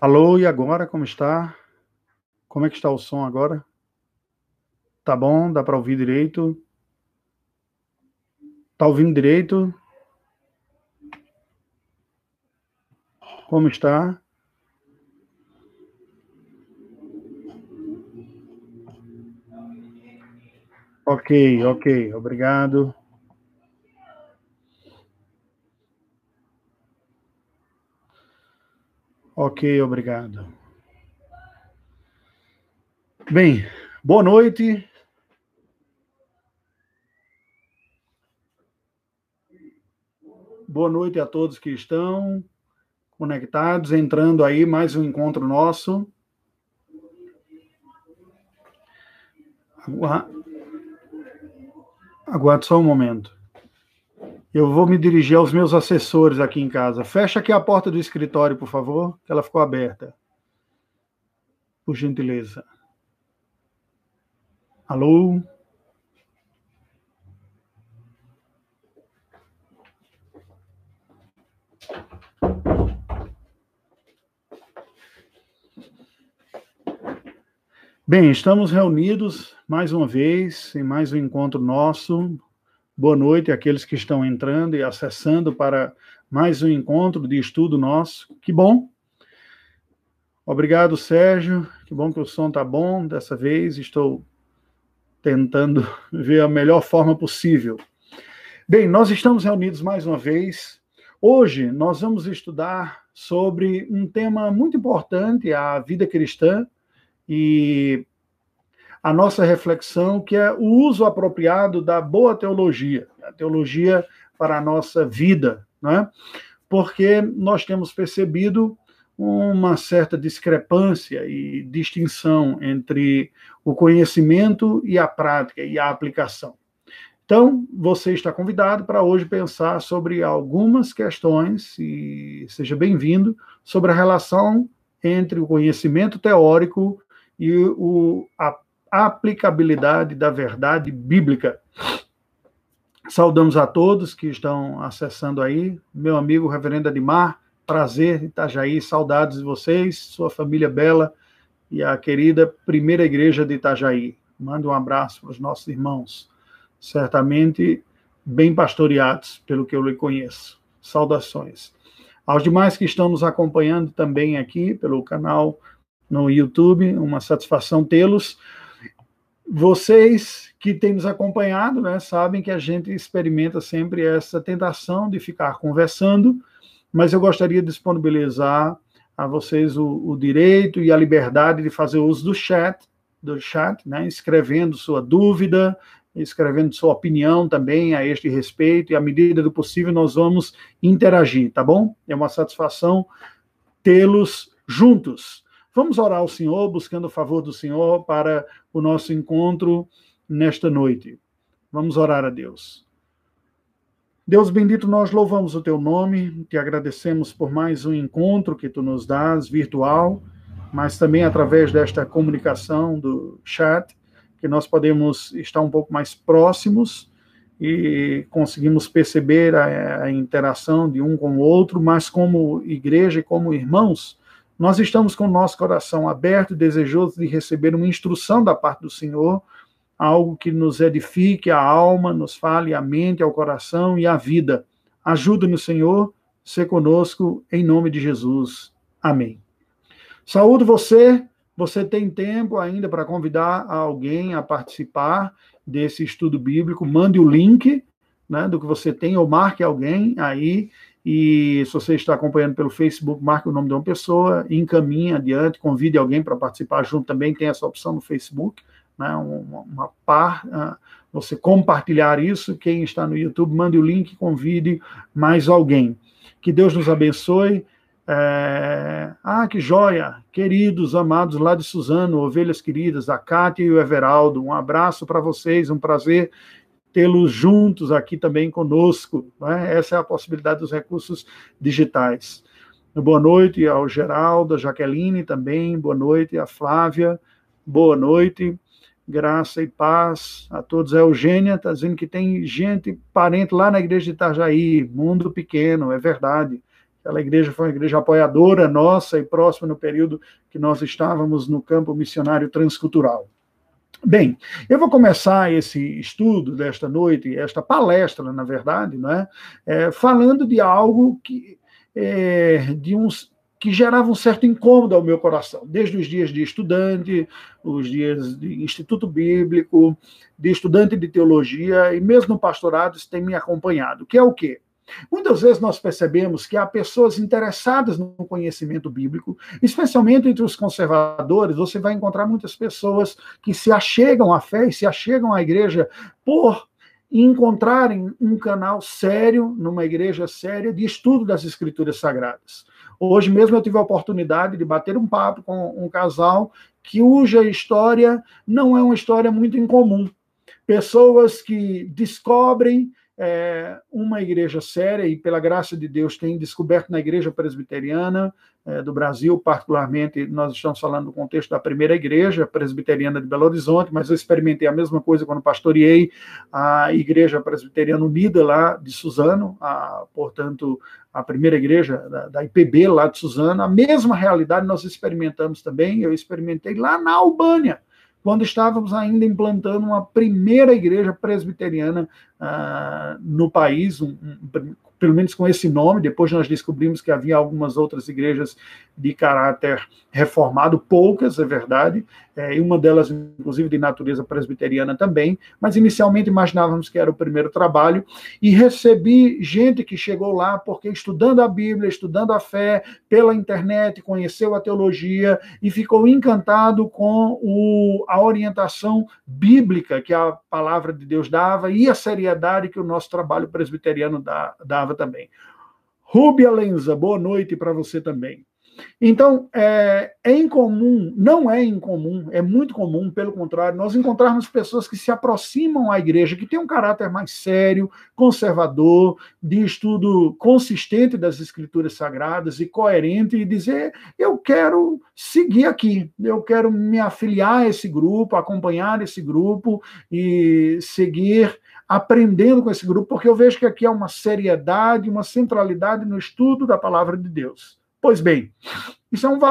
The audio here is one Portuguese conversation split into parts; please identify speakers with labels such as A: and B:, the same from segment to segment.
A: Alô, e agora, como está? Como é que está o som agora? Tá bom? Dá para ouvir direito? Tá ouvindo direito? Como está? Ok, ok, obrigado. Ok, obrigado. Bem, boa noite. Boa noite a todos que estão conectados, entrando aí, mais um encontro nosso. Aguarde só um momento. Eu vou me dirigir aos meus assessores aqui em casa. Fecha aqui a porta do escritório, por favor, que ela ficou aberta. Por gentileza. Alô? Bem, estamos reunidos mais uma vez em mais um encontro nosso. Boa noite àqueles que estão entrando e acessando para mais um encontro de estudo nosso. Que bom. Obrigado, Sérgio. Que bom que o som está bom dessa vez. Estou tentando ver a melhor forma possível. Bem, nós estamos reunidos mais uma vez. Hoje nós vamos estudar sobre um tema muito importante, a vida cristã, e a nossa reflexão, que é o uso apropriado da boa teologia, a teologia para a nossa vida, não é? Porque nós temos percebido uma certa discrepância e distinção entre o conhecimento e a prática e a aplicação. Então, você está convidado para hoje pensar sobre algumas questões, e seja bem-vindo, sobre a relação entre o conhecimento teórico e a aplicabilidade da verdade bíblica. Saudamos a todos que estão acessando aí. Meu amigo Reverendo Adimar, prazer, Itajaí, saudades de vocês, sua família bela e a querida Primeira Igreja de Itajaí. Mande um abraço para os nossos irmãos, certamente bem pastoreados, pelo que eu lhe conheço. Saudações. Aos demais que estão nos acompanhando também aqui pelo canal no YouTube, uma satisfação tê-los. Vocês que têm nos acompanhado, né, sabem que a gente experimenta sempre essa tentação de ficar conversando, mas eu gostaria de disponibilizar a vocês o direito e a liberdade de fazer uso do chat, né, escrevendo sua dúvida, escrevendo sua opinião também a este respeito, e à medida do possível nós vamos interagir, tá bom? É uma satisfação tê-los juntos. Vamos orar ao Senhor, buscando o favor do Senhor para o nosso encontro nesta noite. Vamos orar a Deus. Deus bendito, nós louvamos o teu nome, te agradecemos por mais um encontro que tu nos dás, virtual, mas também através desta comunicação do chat, que nós podemos estar um pouco mais próximos e conseguimos perceber a interação de um com o outro, mas como igreja e como irmãos, nós estamos com o nosso coração aberto e desejoso de receber uma instrução da parte do Senhor, algo que nos edifique a alma, nos fale a mente, ao coração e à vida. Ajuda-nos, Senhor, ser conosco, em nome de Jesus. Amém. Saúdo você. Você tem tempo ainda para convidar alguém a participar desse estudo bíblico. Mande o link, né, do que você tem, ou marque alguém aí. E se você está acompanhando pelo Facebook, marque o nome de uma pessoa, encaminhe adiante, convide alguém para participar junto também. Tem essa opção no Facebook, né, você compartilhar isso. Quem está no YouTube, mande o link, convide mais alguém. Que Deus nos abençoe. Que joia, queridos, amados lá de Suzano, ovelhas queridas, a Cátia e o Everaldo, um abraço para vocês, um prazer tê-los juntos aqui também conosco, né? Essa é a possibilidade dos recursos digitais. Boa noite ao Geraldo, a Jaqueline também, boa noite, a Flávia, boa noite, graça e paz a todos. A Eugênia está dizendo que tem gente, parente lá na igreja de Itajaí, mundo pequeno, é verdade. Aquela igreja foi uma igreja apoiadora nossa e próxima no período que nós estávamos no campo missionário transcultural. Bem, eu vou começar esse estudo desta noite, esta palestra, na verdade, falando de algo que gerava um certo incômodo ao meu coração, desde os dias de estudante, os dias de instituto bíblico, de estudante de teologia, e mesmo no pastorado isso tem me acompanhado, que é o quê? Muitas vezes nós percebemos que há pessoas interessadas no conhecimento bíblico, especialmente entre os conservadores. Você vai encontrar muitas pessoas que se achegam à fé e se achegam à igreja por encontrarem um canal sério, numa igreja séria, de estudo das Escrituras Sagradas. Hoje mesmo eu tive a oportunidade de bater um papo com um casal cuja história não é uma história muito incomum. Pessoas que descobrem uma igreja séria e, pela graça de Deus, tem descoberto na igreja presbiteriana do Brasil, particularmente, nós estamos falando do contexto da primeira igreja presbiteriana de Belo Horizonte, mas eu experimentei a mesma coisa quando pastoreei a igreja presbiteriana unida lá de Suzano, portanto, a primeira igreja da IPB lá de Suzano. A mesma realidade nós experimentamos também, eu experimentei lá na Albânia, quando estávamos ainda implantando uma primeira igreja presbiteriana no país, pelo menos com esse nome. Depois nós descobrimos que havia algumas outras igrejas de caráter reformado, poucas, é verdade, e uma delas, inclusive, de natureza presbiteriana também, mas inicialmente imaginávamos que era o primeiro trabalho, e recebi gente que chegou lá porque, estudando a Bíblia, estudando a fé pela internet, conheceu a teologia e ficou encantado com a orientação bíblica que a palavra de Deus dava e a seriedade que o nosso trabalho presbiteriano dava também. Rúbia Lenza, boa noite para você também. Então, é incomum, não é incomum, é muito comum, pelo contrário, nós encontrarmos pessoas que se aproximam à igreja, que têm um caráter mais sério, conservador, de estudo consistente das Escrituras Sagradas e coerente, e dizer, eu quero seguir aqui, eu quero me afiliar a esse grupo, acompanhar esse grupo e seguir aprendendo com esse grupo, porque eu vejo que aqui há uma seriedade, uma centralidade no estudo da palavra de Deus. Pois bem, isso é um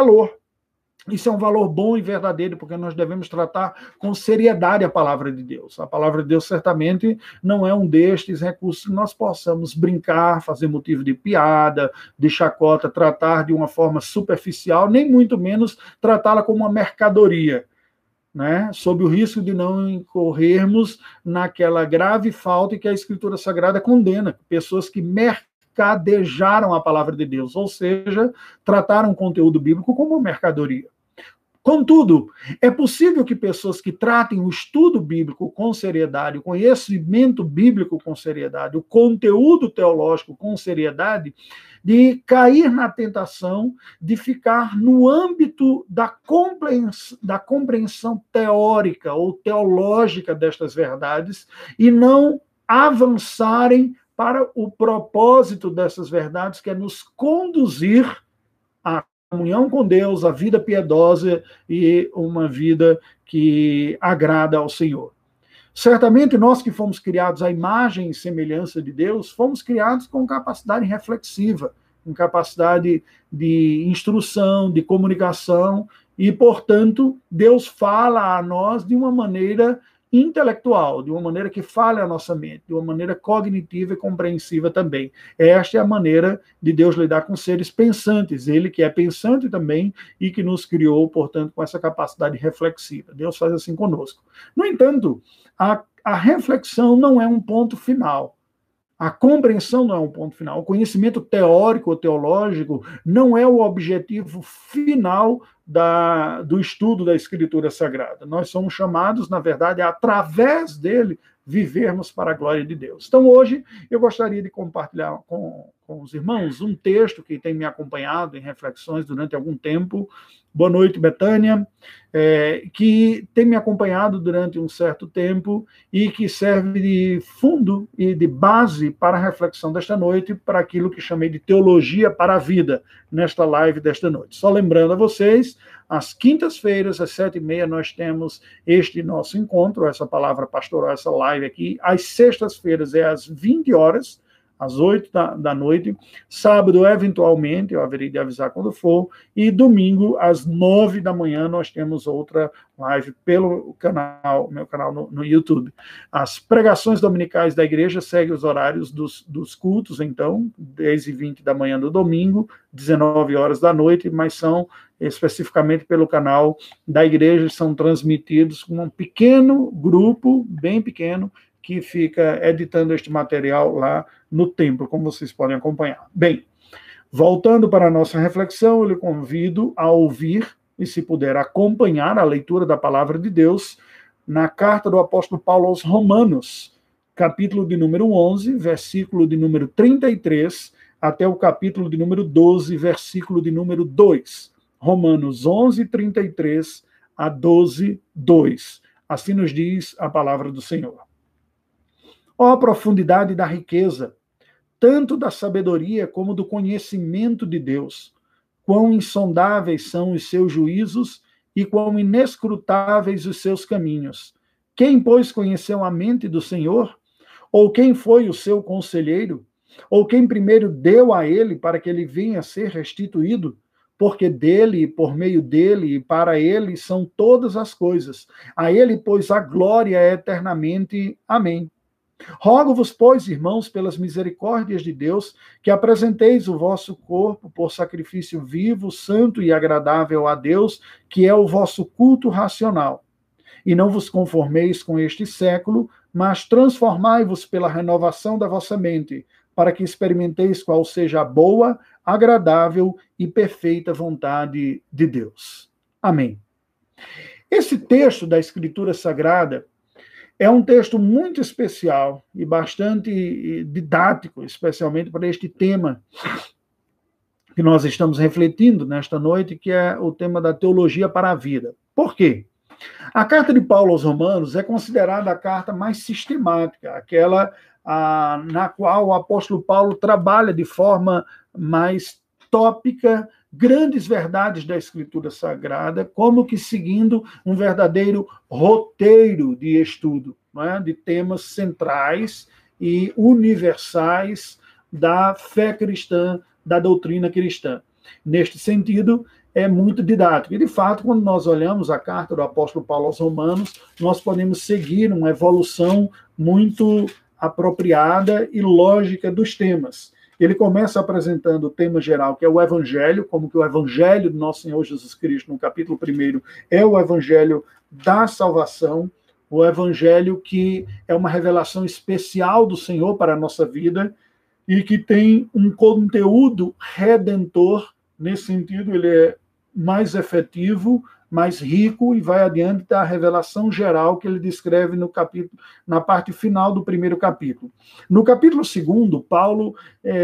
A: valor bom e verdadeiro, porque nós devemos tratar com seriedade a palavra de Deus. A palavra de Deus certamente não é um destes recursos que nós possamos brincar, fazer motivo de piada, de chacota, tratar de uma forma superficial, nem muito menos tratá-la como uma mercadoria, sob o risco de não incorrermos naquela grave falta que a Escritura Sagrada condena, pessoas que mercadejaram a palavra de Deus, ou seja, trataram o conteúdo bíblico como uma mercadoria. Contudo, é possível que pessoas que tratem o estudo bíblico com seriedade, o conhecimento bíblico com seriedade, o conteúdo teológico com seriedade, de cair na tentação de ficar no âmbito da compreensão teórica ou teológica destas verdades e não avançarem para o propósito dessas verdades, que é nos conduzir à comunhão com Deus, à vida piedosa e uma vida que agrada ao Senhor. Certamente nós que fomos criados à imagem e semelhança de Deus, fomos criados com capacidade reflexiva, com capacidade de instrução, de comunicação, e, portanto, Deus fala a nós de uma maneira intelectual, de uma maneira que fale a nossa mente, de uma maneira cognitiva e compreensiva também. Esta é a maneira de Deus lidar com seres pensantes, ele que é pensante também e que nos criou, portanto, com essa capacidade reflexiva. Deus faz assim conosco. No entanto, a reflexão não é um ponto final. A compreensão não é um ponto final. O conhecimento teórico ou teológico não é o objetivo final do estudo da Escritura Sagrada. Nós somos chamados, na verdade, através dele, vivermos para a glória de Deus. Então, hoje, eu gostaria de compartilhar com os irmãos um texto que tem me acompanhado em reflexões durante algum tempo. Boa noite, Betânia, que tem me acompanhado durante um certo tempo e que serve de fundo e de base para a reflexão desta noite, para aquilo que chamei de teologia para a vida, nesta live desta noite. Só lembrando a vocês, às quintas-feiras, às 7h30, nós temos este nosso encontro, essa palavra pastoral, essa live aqui. Às sextas-feiras é às 20 horas, às 8 da noite. Sábado, eventualmente, eu haveria de avisar quando for. E domingo, às 9 da manhã, nós temos outra live pelo canal, meu canal no YouTube. As pregações dominicais da igreja seguem os horários dos cultos, então, 10h20 da manhã do domingo, 19 horas da noite, mas são especificamente pelo canal da igreja, são transmitidos com um pequeno grupo, bem pequeno, que fica editando este material lá no templo, como vocês podem acompanhar. Bem, voltando para a nossa reflexão, eu lhe convido a ouvir e, se puder, acompanhar a leitura da palavra de Deus na carta do apóstolo Paulo aos Romanos, capítulo de número 11, versículo de número 33, até o capítulo de número 12, versículo de número 2. Romanos 11, 33 a 12, 2. Assim nos diz a palavra do Senhor. Ó profundidade da riqueza, tanto da sabedoria como do conhecimento de Deus, quão insondáveis são os seus juízos e quão inescrutáveis os seus caminhos. Quem, pois, conheceu a mente do Senhor? Ou quem foi o seu conselheiro? Ou quem primeiro deu a ele para que ele venha a ser restituído? Porque dele, por meio dele e para ele são todas as coisas. A ele, pois, a glória é eternamente. Amém. Rogo-vos, pois, irmãos, pelas misericórdias de Deus, que apresenteis o vosso corpo por sacrifício vivo, santo e agradável a Deus, que é o vosso culto racional. E não vos conformeis com este século, mas transformai-vos pela renovação da vossa mente, para que experimenteis qual seja a boa, agradável e perfeita vontade de Deus. Amém. Esse texto da Escritura Sagrada é um texto muito especial e bastante didático, especialmente para este tema que nós estamos refletindo nesta noite, que é o tema da teologia para a vida. Por quê? A carta de Paulo aos Romanos é considerada a carta mais sistemática, aquela na qual o apóstolo Paulo trabalha de forma mais tópica grandes verdades da Escritura Sagrada, como que seguindo um verdadeiro roteiro de estudo, não é? De temas centrais e universais da fé cristã, da doutrina cristã. Neste sentido, é muito didático. E, de fato, quando nós olhamos a carta do apóstolo Paulo aos Romanos, nós podemos seguir uma evolução muito apropriada e lógica dos temas. Ele começa apresentando o tema geral, que é o Evangelho, como que o Evangelho do nosso Senhor Jesus Cristo, no capítulo 1, é o Evangelho da salvação, o Evangelho que é uma revelação especial do Senhor para a nossa vida e que tem um conteúdo redentor. Nesse sentido, ele é mais efetivo, mais rico, e vai adiante da revelação geral que ele descreve no capítulo, na parte final do 1º capítulo. No capítulo 2, Paulo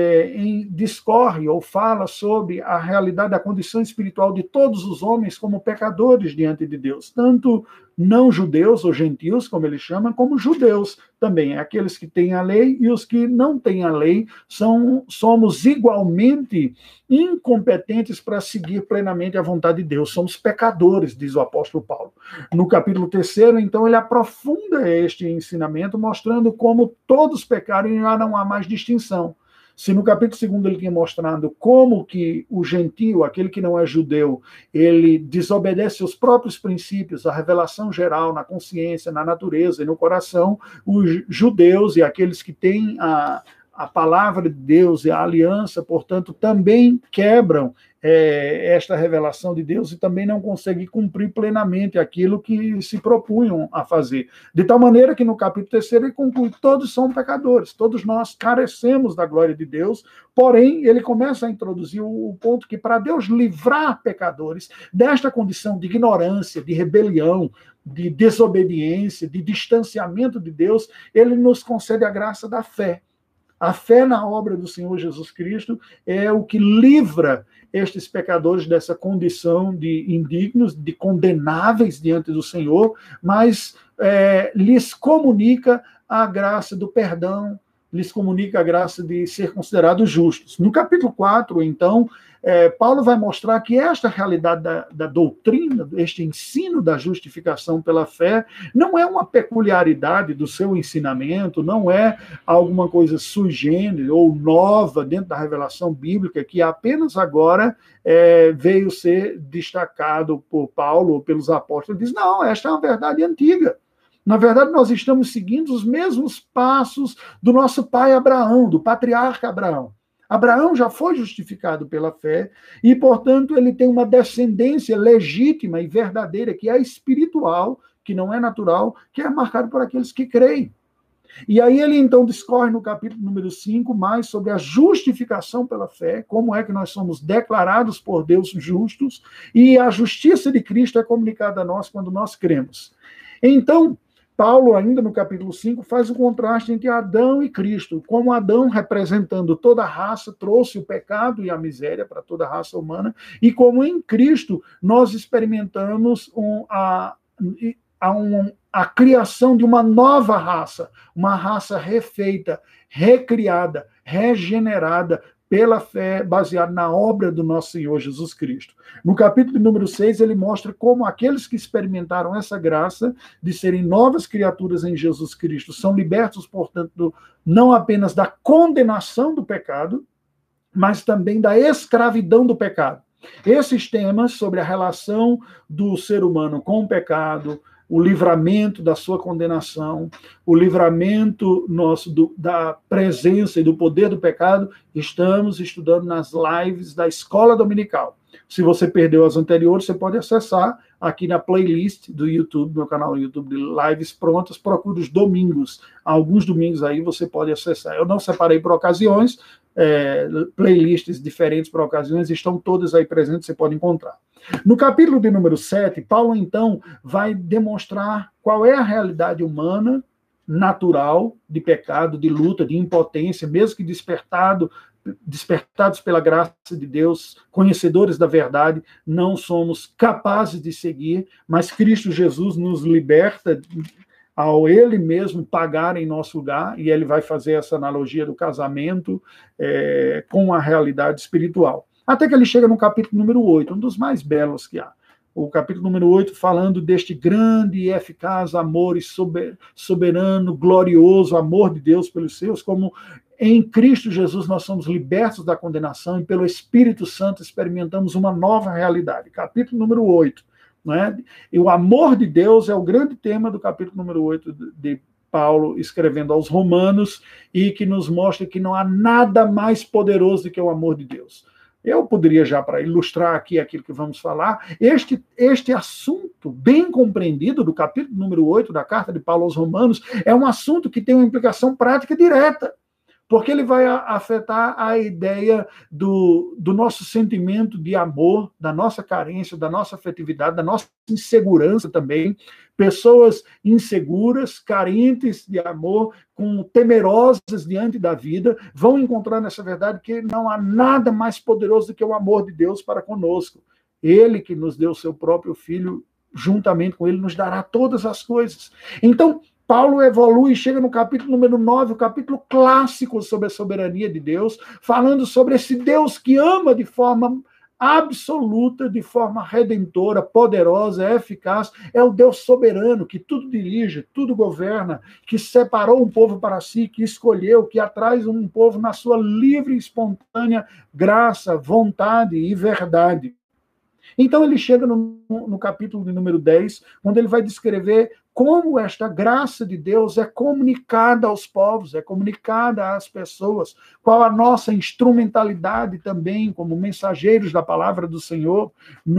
A: discorre ou fala sobre a realidade da condição espiritual de todos os homens como pecadores diante de Deus, tanto não judeus ou gentios, como ele chama, como judeus também, aqueles que têm a lei e os que não têm a lei, somos igualmente incompetentes para seguir plenamente a vontade de Deus, somos pecadores, diz o apóstolo Paulo. No capítulo 3, então, ele aprofunda este ensinamento, mostrando como todos pecaram e já não há mais distinção. Se no capítulo 2 ele tinha mostrado como que o gentio, aquele que não é judeu, ele desobedece aos próprios princípios, a revelação geral na consciência, na natureza e no coração, os judeus e aqueles que têm a palavra de Deus e a aliança, portanto, também quebram esta revelação de Deus e também não conseguem cumprir plenamente aquilo que se propunham a fazer. De tal maneira que no capítulo 3 ele conclui: todos são pecadores, todos nós carecemos da glória de Deus, porém ele começa a introduzir o ponto que para Deus livrar pecadores desta condição de ignorância, de rebelião, de desobediência, de distanciamento de Deus, ele nos concede a graça da fé. A fé na obra do Senhor Jesus Cristo é o que livra estes pecadores dessa condição de indignos, de condenáveis diante do Senhor, mas lhes comunica a graça do perdão, lhes comunica a graça de ser considerados justos. No capítulo 4, então, Paulo vai mostrar que esta realidade da doutrina, este ensino da justificação pela fé, não é uma peculiaridade do seu ensinamento, não é alguma coisa sui generis ou nova dentro da revelação bíblica, que apenas agora veio ser destacado por Paulo ou pelos apóstolos. Ele diz, não, esta é uma verdade antiga. Na verdade, nós estamos seguindo os mesmos passos do nosso pai Abraão, do patriarca Abraão. Abraão já foi justificado pela fé e, portanto, ele tem uma descendência legítima e verdadeira, que é espiritual, que não é natural, que é marcado por aqueles que creem. E aí ele, então, discorre no capítulo número 5 mais sobre a justificação pela fé, como é que nós somos declarados por Deus justos, e a justiça de Cristo é comunicada a nós quando nós cremos. Então, Paulo, ainda no capítulo 5, faz o contraste entre Adão e Cristo. Como Adão, representando toda a raça, trouxe o pecado e a miséria para toda a raça humana, e como em Cristo nós experimentamos a criação de uma nova raça, uma raça refeita, recriada, regenerada, pela fé baseada na obra do nosso Senhor Jesus Cristo. No capítulo número 6, ele mostra como aqueles que experimentaram essa graça de serem novas criaturas em Jesus Cristo são libertos, portanto, não apenas da condenação do pecado, mas também da escravidão do pecado. Esses temas sobre a relação do ser humano com o pecado, o livramento da sua condenação, o livramento nosso da presença e do poder do pecado, estamos estudando nas lives da Escola Dominical. Se você perdeu as anteriores, você pode acessar aqui na playlist do YouTube, meu canal no YouTube de Lives Prontas, procure os domingos. Alguns domingos aí você pode acessar. Eu não separei por ocasiões, playlists diferentes por ocasiões, estão todas aí presentes, você pode encontrar. No capítulo de número 7, Paulo, então, vai demonstrar qual é a realidade humana, natural, de pecado, de luta, de impotência, mesmo que despertados pela graça de Deus, conhecedores da verdade, não somos capazes de seguir, mas Cristo Jesus nos liberta ao Ele mesmo pagar em nosso lugar, e ele vai fazer essa analogia do casamento com a realidade espiritual. Até que ele chega no capítulo número 8, um dos mais belos que há. O capítulo número 8, falando deste grande e eficaz amor e soberano, glorioso amor de Deus pelos seus, como em Cristo Jesus nós somos libertos da condenação e pelo Espírito Santo experimentamos uma nova realidade. Capítulo número 8. Não é? E o amor de Deus é o grande tema do capítulo número 8 de Paulo, escrevendo aos Romanos, e que nos mostra que não há nada mais poderoso do que o amor de Deus. Eu poderia já, para ilustrar aqui aquilo que vamos falar, este assunto bem compreendido do capítulo número 8 da carta de Paulo aos Romanos é um assunto que tem uma implicação prática direta, porque ele vai afetar a ideia do nosso sentimento de amor, da nossa carência, da nossa afetividade, da nossa insegurança também. Pessoas inseguras, carentes de amor, temerosas diante da vida, vão encontrar nessa verdade que não há nada mais poderoso do que o amor de Deus para conosco. Ele que nos deu o seu próprio Filho, juntamente com ele, nos dará todas as coisas. Então, Paulo evolui e chega no capítulo número 9, o capítulo clássico sobre a soberania de Deus, falando sobre esse Deus que ama de forma absoluta, de forma redentora, poderosa, eficaz. É o Deus soberano que tudo dirige, tudo governa, que separou um povo para si, que escolheu, que atrai um povo na sua livre e espontânea graça, vontade e verdade. Então ele chega no capítulo de número 10, quando ele vai descrever como esta graça de Deus é comunicada aos povos, é comunicada às pessoas, qual a nossa instrumentalidade também, como mensageiros da palavra do Senhor,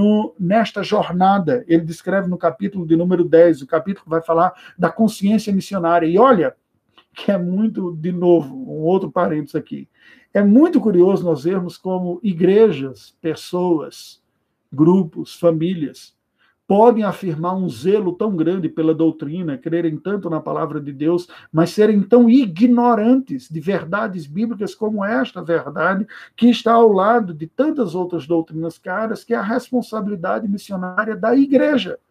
A: nesta jornada. Ele descreve no capítulo de número 10, o capítulo que vai falar da consciência missionária. E olha, que é muito, de novo, um outro parênteses aqui, é muito curioso nós vermos como igrejas, pessoas, grupos, famílias, podem afirmar um zelo tão grande pela doutrina, crerem tanto na palavra de Deus, mas serem tão ignorantes de verdades bíblicas como esta verdade, que está ao lado de tantas outras doutrinas caras, que é a responsabilidade missionária da igreja.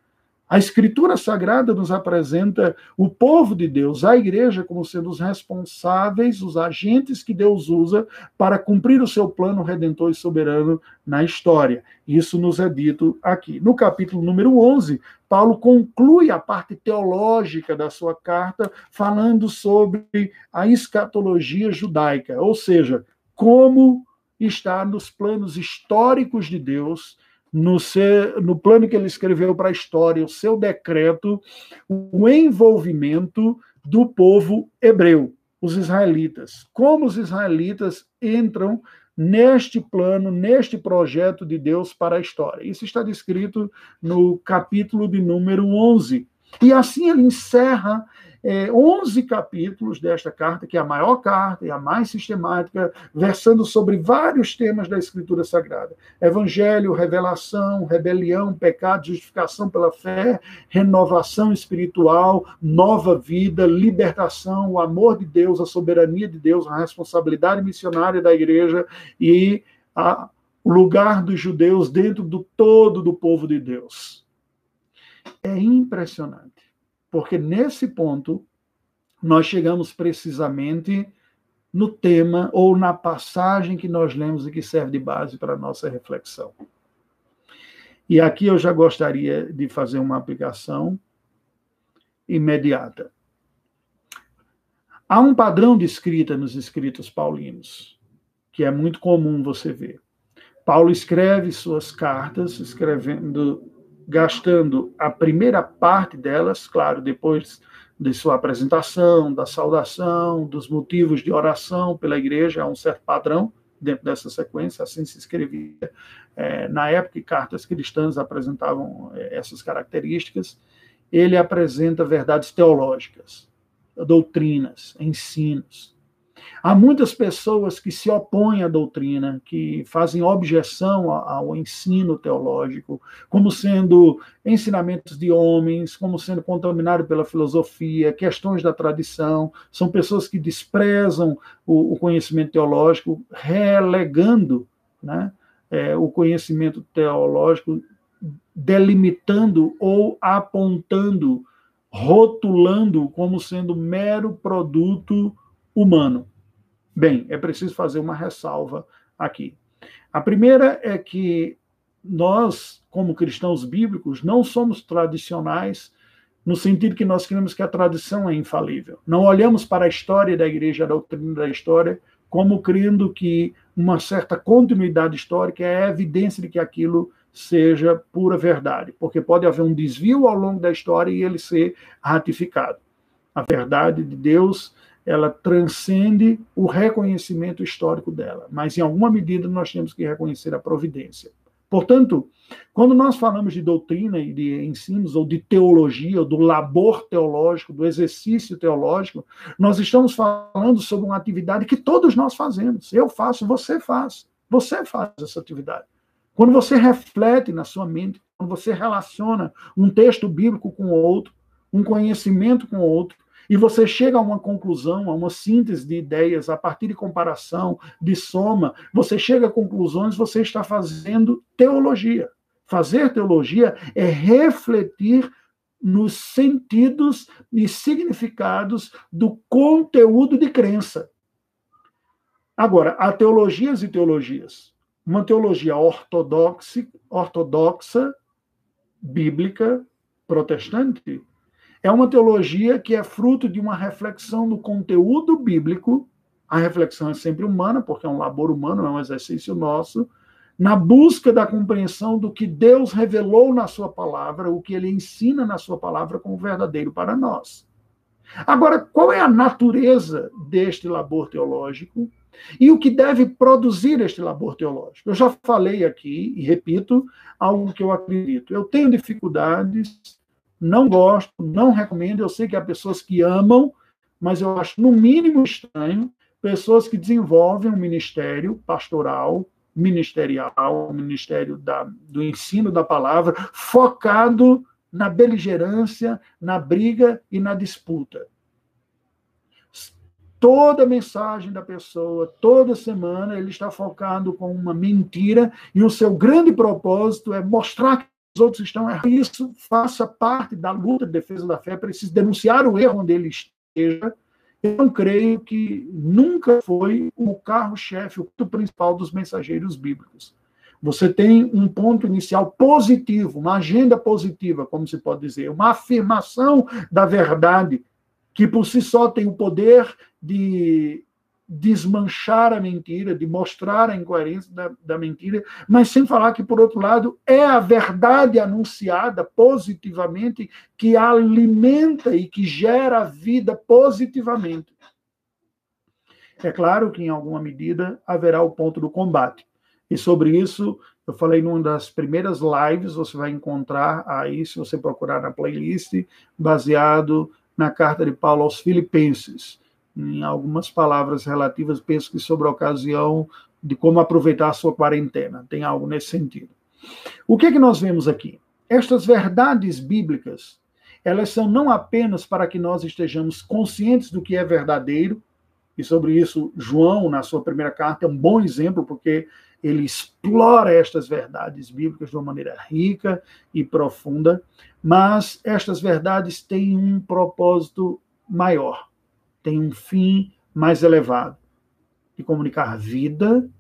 A: A Escritura Sagrada nos apresenta o povo de Deus, a igreja, como sendo os responsáveis, os agentes que Deus usa para cumprir o seu plano redentor e soberano na história. Isso nos é dito aqui. No capítulo número 11, Paulo conclui a parte teológica da sua carta falando sobre a escatologia judaica, ou seja, como está nos planos históricos de Deus, no plano que ele escreveu para a história, o seu decreto, o envolvimento do povo hebreu, os israelitas. Como os israelitas entram neste plano, neste projeto de Deus para a história. Isso está descrito no capítulo de número 11. E assim ele encerra 11 capítulos desta carta, que é a maior carta e a mais sistemática, versando sobre vários temas da Escritura Sagrada. Evangelho, revelação, rebelião, pecado, justificação pela fé, renovação espiritual, nova vida, libertação, o amor de Deus, a soberania de Deus, a responsabilidade missionária da igreja e o lugar dos judeus dentro do todo do povo de Deus. É impressionante. Porque nesse ponto, nós chegamos precisamente no tema ou na passagem que nós lemos e que serve de base para a nossa reflexão. E aqui eu já gostaria de fazer uma aplicação imediata. Há um padrão de escrita nos escritos paulinos, que é muito comum você ver. Paulo escreve suas cartas, gastando a primeira parte delas, claro, depois de sua apresentação, da saudação, dos motivos de oração pela igreja, há um certo padrão dentro dessa sequência, assim se escrevia na época, cartas cristãs apresentavam essas características. Ele apresenta verdades teológicas, doutrinas, ensinos. Há muitas pessoas que se opõem à doutrina, que fazem objeção ao ensino teológico, como sendo ensinamentos de homens, como sendo contaminado pela filosofia, questões da tradição. São pessoas que desprezam o conhecimento teológico, relegando, né, o conhecimento teológico, delimitando ou apontando, rotulando como sendo mero produto humano. Bem, é preciso fazer uma ressalva aqui. A primeira é que nós, como cristãos bíblicos, não somos tradicionais no sentido que nós cremos que a tradição é infalível. Não olhamos para a história da igreja, a doutrina da história, como crendo que uma certa continuidade histórica é a evidência de que aquilo seja pura verdade, porque pode haver um desvio ao longo da história e ele ser ratificado. A verdade de Deus, ela transcende o reconhecimento histórico dela, mas em alguma medida nós temos que reconhecer a providência. Portanto, quando nós falamos de doutrina e de ensinos, ou de teologia, ou do labor teológico, do exercício teológico, nós estamos falando sobre uma atividade que todos nós fazemos. Eu faço, você faz essa atividade. Quando você reflete na sua mente, quando você relaciona um texto bíblico com outro, um conhecimento com outro, e você chega a uma conclusão, a uma síntese de ideias, a partir de comparação, de soma, você chega a conclusões, você está fazendo teologia. Fazer teologia é refletir nos sentidos e significados do conteúdo de crença. Agora, há teologias e teologias. Uma teologia ortodoxa, bíblica, protestante, é uma teologia que é fruto de uma reflexão do conteúdo bíblico. A reflexão é sempre humana, porque é um labor humano, é um exercício nosso, na busca da compreensão do que Deus revelou na sua palavra, o que ele ensina na sua palavra como verdadeiro para nós. Agora, qual é a natureza deste labor teológico e o que deve produzir este labor teológico? Eu já falei aqui, e repito, algo que eu acredito. Eu tenho dificuldades, não gosto, não recomendo. Eu sei que há pessoas que amam, mas eu acho, no mínimo, estranho pessoas que desenvolvem um ministério pastoral, ministerial, um ministério do ensino da palavra, focado na beligerância, na briga e na disputa. Toda mensagem da pessoa, toda semana, ele está focado com uma mentira, e o seu grande propósito é mostrar que outros estão errando. Isso faça parte da luta de defesa da fé, é preciso denunciar o erro onde ele esteja. Eu não creio que nunca foi o carro-chefe, o ponto principal dos mensageiros bíblicos. Você tem um ponto inicial positivo, uma agenda positiva, como se pode dizer, uma afirmação da verdade, que por si só tem o poder de desmanchar a mentira, de mostrar a incoerência da mentira, mas sem falar que, por outro lado, é a verdade anunciada positivamente que alimenta e que gera vida positivamente. É claro que, em alguma medida, haverá o ponto do combate. E sobre isso, eu falei numa das primeiras lives, você vai encontrar aí, se você procurar na playlist, baseado na carta de Paulo aos Filipenses, em algumas palavras relativas, penso que sobre a ocasião de como aproveitar a sua quarentena. Tem algo nesse sentido. O que é que nós vemos aqui? Estas verdades bíblicas, elas são não apenas para que nós estejamos conscientes do que é verdadeiro, e sobre isso João, na sua primeira carta, é um bom exemplo, porque ele explora estas verdades bíblicas de uma maneira rica e profunda, mas estas verdades têm um propósito maior, têm um fim mais elevado, de comunicar vida,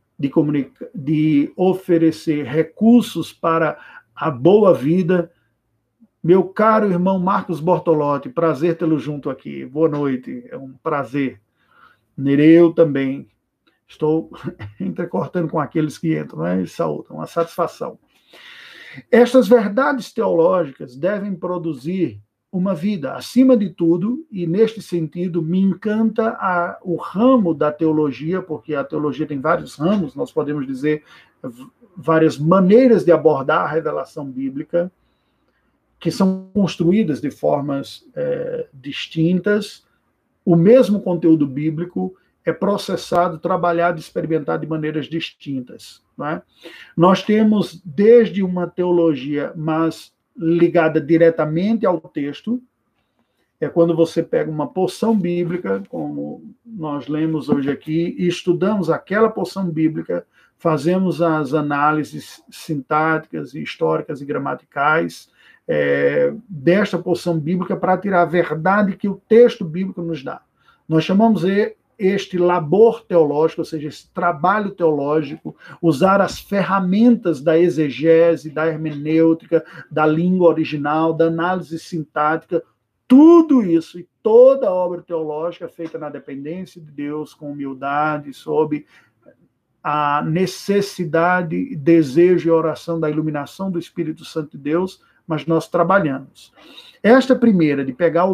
A: de oferecer recursos para a boa vida. Meu caro irmão Marcos Bortolotti, prazer tê-lo junto aqui. Boa noite, é um prazer. Nereu também. Estou entrecortando com aqueles que entram, né? Saúde, uma satisfação. Estas verdades teológicas devem produzir uma vida, acima de tudo, e neste sentido me encanta o ramo da teologia, porque a teologia tem vários ramos, nós podemos dizer várias maneiras de abordar a revelação bíblica, que são construídas de formas distintas. O mesmo conteúdo bíblico é processado, trabalhado, experimentado de maneiras distintas. Não é? Nós temos desde uma teologia mais ligada diretamente ao texto, é quando você pega uma porção bíblica, como nós lemos hoje aqui, e estudamos aquela porção bíblica, fazemos as análises sintáticas, históricas e gramaticais desta porção bíblica para tirar a verdade que o texto bíblico nos dá. Nós chamamos este labor teológico, ou seja, esse trabalho teológico, usar as ferramentas da exegese, da hermenêutica, da língua original, da análise sintática, tudo isso e toda a obra teológica feita na dependência de Deus, com humildade, sob a necessidade, desejo e oração da iluminação do Espírito Santo de Deus, mas nós trabalhamos. Esta primeira, de pegar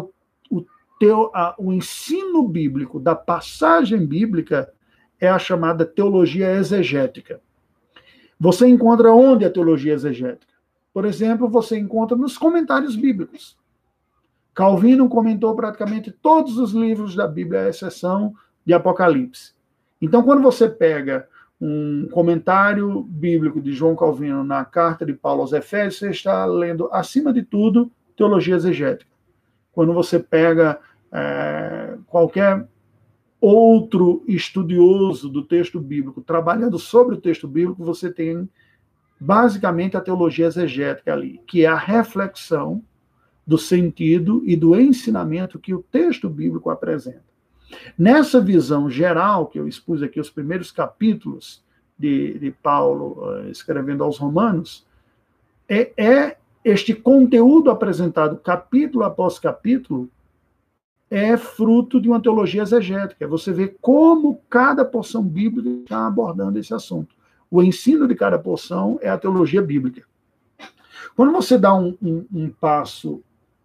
A: o ensino bíblico da passagem bíblica, é a chamada teologia exegética. Você encontra onde a teologia exegética? Por exemplo, você encontra nos comentários bíblicos. Calvino comentou praticamente todos os livros da Bíblia, à exceção de Apocalipse. Então, quando você pega um comentário bíblico de João Calvino na carta de Paulo aos Efésios, você está lendo, acima de tudo, teologia exegética. Quando você pega qualquer outro estudioso do texto bíblico trabalhando sobre o texto bíblico, você tem basicamente a teologia exegética ali, que é a reflexão do sentido e do ensinamento que o texto bíblico apresenta. Nessa visão geral, que eu expus aqui os primeiros capítulos de Paulo escrevendo aos Romanos, este conteúdo apresentado capítulo após capítulo é fruto de uma teologia exegética. Você vê como cada porção bíblica está abordando esse assunto. O ensino de cada porção é a teologia bíblica. Quando você dá um passo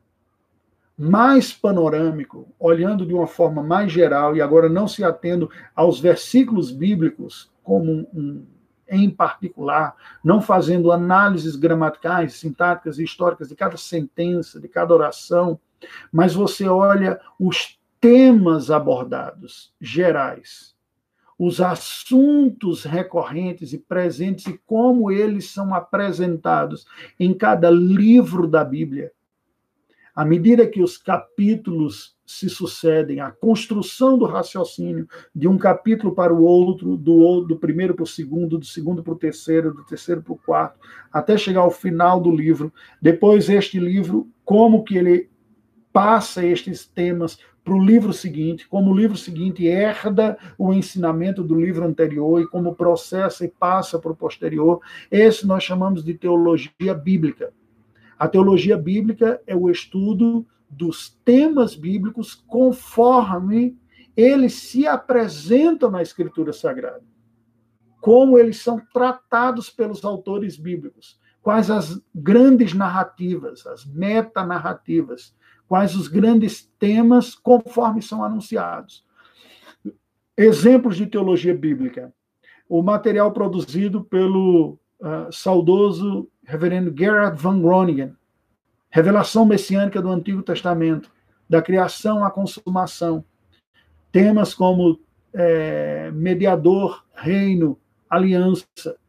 A: mais panorâmico, olhando de uma forma mais geral, e agora não se atendo aos versículos bíblicos como em particular, não fazendo análises gramaticais, sintáticas e históricas de cada sentença, de cada oração, mas você olha os temas abordados, gerais, os assuntos recorrentes e presentes e como eles são apresentados em cada livro da Bíblia. À medida que os capítulos se sucedem, a construção do raciocínio de um capítulo para o outro, do primeiro para o segundo, do segundo para o terceiro, do terceiro para o quarto, até chegar ao final do livro. Depois, este livro, como que ele passa estes temas para o livro seguinte, como o livro seguinte herda o ensinamento do livro anterior e como processa e passa para o posterior. Esse nós chamamos de teologia bíblica. A teologia bíblica é o estudo dos temas bíblicos conforme eles se apresentam na Escritura Sagrada. Como eles são tratados pelos autores bíblicos. Quais as grandes narrativas, as metanarrativas, quais os grandes temas conforme são anunciados. Exemplos de teologia bíblica. O material produzido pelo saudoso reverendo Gerhard von Groningen, Revelação Messiânica do Antigo Testamento, da criação à consumação. Temas como mediador, reino, aliança,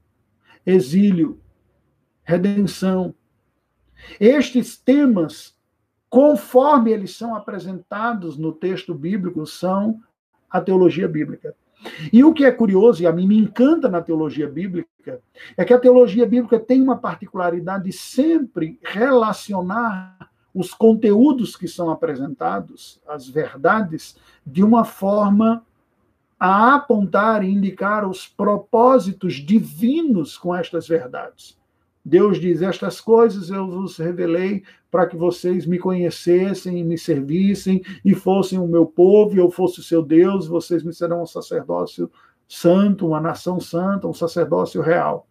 A: exílio, redenção. Estes temas, conforme eles são apresentados no texto bíblico, são a teologia bíblica. E o que é curioso, e a mim me encanta na teologia bíblica, é que a teologia bíblica tem uma particularidade de sempre relacionar os conteúdos que são apresentados, as verdades, de uma forma a apontar e indicar os propósitos divinos com estas verdades. Deus diz, estas coisas eu vos revelei para que vocês me conhecessem e me servissem e fossem o meu povo e eu fosse o seu Deus, vocês me serão um sacerdócio santo, uma nação santa, um sacerdócio real.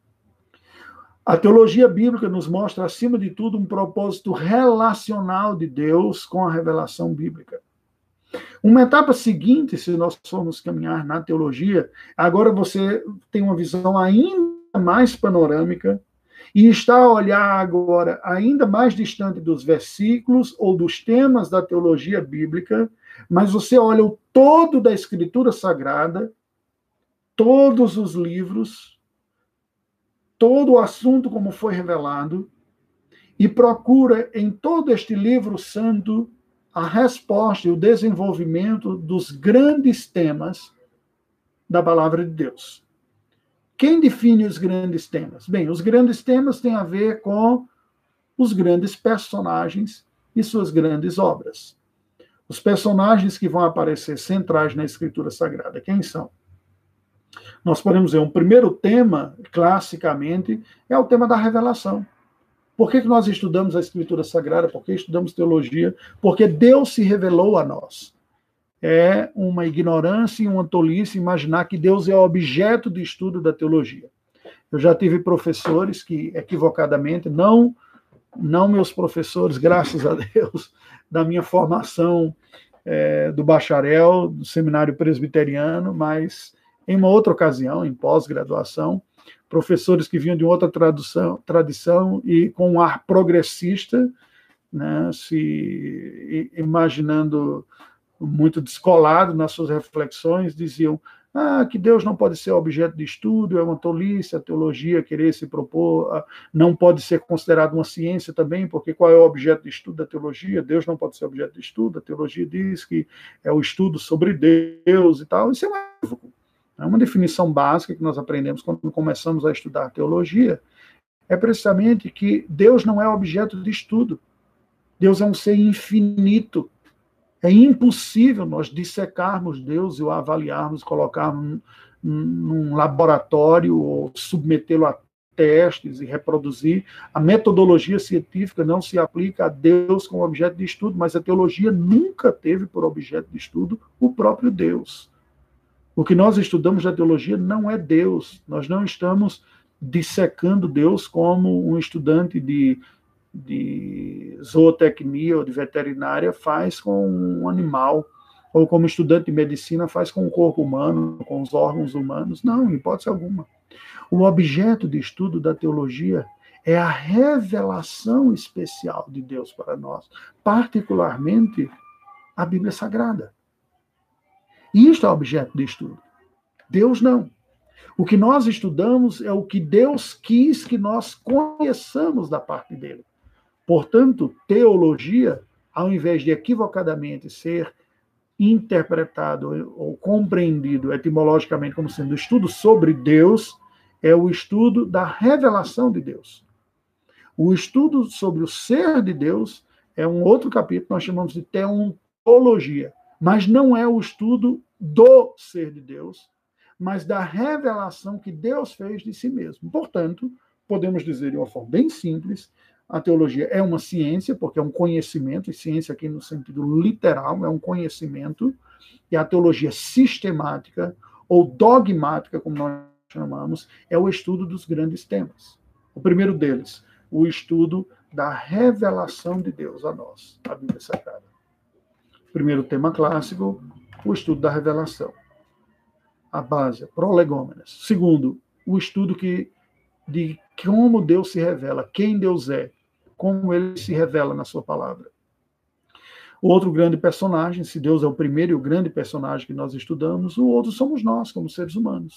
A: A teologia bíblica nos mostra, acima de tudo, um propósito relacional de Deus com a revelação bíblica. Uma etapa seguinte, se nós formos caminhar na teologia, agora você tem uma visão ainda mais panorâmica e está a olhar agora ainda mais distante dos versículos ou dos temas da teologia bíblica, mas você olha o todo da Escritura Sagrada, todos os livros, todo o assunto como foi revelado, e procura em todo este livro santo a resposta e o desenvolvimento dos grandes temas da palavra de Deus. Quem define os grandes temas? Bem, os grandes temas têm a ver com os grandes personagens e suas grandes obras. Os personagens que vão aparecer centrais na Escritura Sagrada, quem são? Nós podemos dizer, um primeiro tema, classicamente, é o tema da revelação. Por que nós estudamos a Escritura Sagrada? Por que estudamos teologia? Porque Deus se revelou a nós. É uma ignorância e uma tolice imaginar que Deus é objeto de estudo da teologia. Eu já tive professores que, equivocadamente, não meus professores, graças a Deus, da minha formação do bacharel, do seminário presbiteriano, mas em uma outra ocasião, em pós-graduação, professores que vinham de outra tradição e com um ar progressista, né, se imaginando muito descolado nas suas reflexões, diziam que Deus não pode ser objeto de estudo, é uma tolice, a teologia querer se propor, não pode ser considerado uma ciência também, porque qual é o objeto de estudo da teologia? Deus não pode ser objeto de estudo, a teologia diz que é o estudo sobre Deus e tal. Isso é um equívoco. É uma definição básica que nós aprendemos quando começamos a estudar teologia, é precisamente que Deus não é objeto de estudo. Deus é um ser infinito. É impossível nós dissecarmos Deus e o avaliarmos, colocarmos num laboratório ou submetê-lo a testes e reproduzir. A metodologia científica não se aplica a Deus como objeto de estudo, mas a teologia nunca teve por objeto de estudo o próprio Deus. O que nós estudamos da teologia não é Deus. Nós não estamos dissecando Deus como um estudante de zootecnia ou de veterinária faz com um animal, ou como estudante de medicina faz com o corpo humano, com os órgãos humanos. Não, em hipótese alguma. O objeto de estudo da teologia é a revelação especial de Deus para nós, particularmente a Bíblia Sagrada. Isto é objeto de estudo. Deus não. O que nós estudamos é o que Deus quis que nós conheçamos da parte dele. Portanto, teologia, ao invés de equivocadamente ser interpretado ou compreendido etimologicamente como sendo o estudo sobre Deus, é o estudo da revelação de Deus. O estudo sobre o ser de Deus é um outro capítulo que nós chamamos de teontologia, mas não é o estudo do ser de Deus, mas da revelação que Deus fez de si mesmo. Portanto, podemos dizer de uma forma bem simples, a teologia é uma ciência, porque é um conhecimento, e ciência aqui no sentido literal, é um conhecimento, e a teologia sistemática, ou dogmática, como nós chamamos, é o estudo dos grandes temas. O primeiro deles, o estudo da revelação de Deus a nós, a Bíblia Sagrada. Primeiro tema clássico, o estudo da revelação. A base, prolegômenas. Segundo, o estudo de como Deus se revela, quem Deus é, como ele se revela na sua palavra. O outro grande personagem, se Deus é o primeiro e o grande personagem que nós estudamos, o outro somos nós, como seres humanos.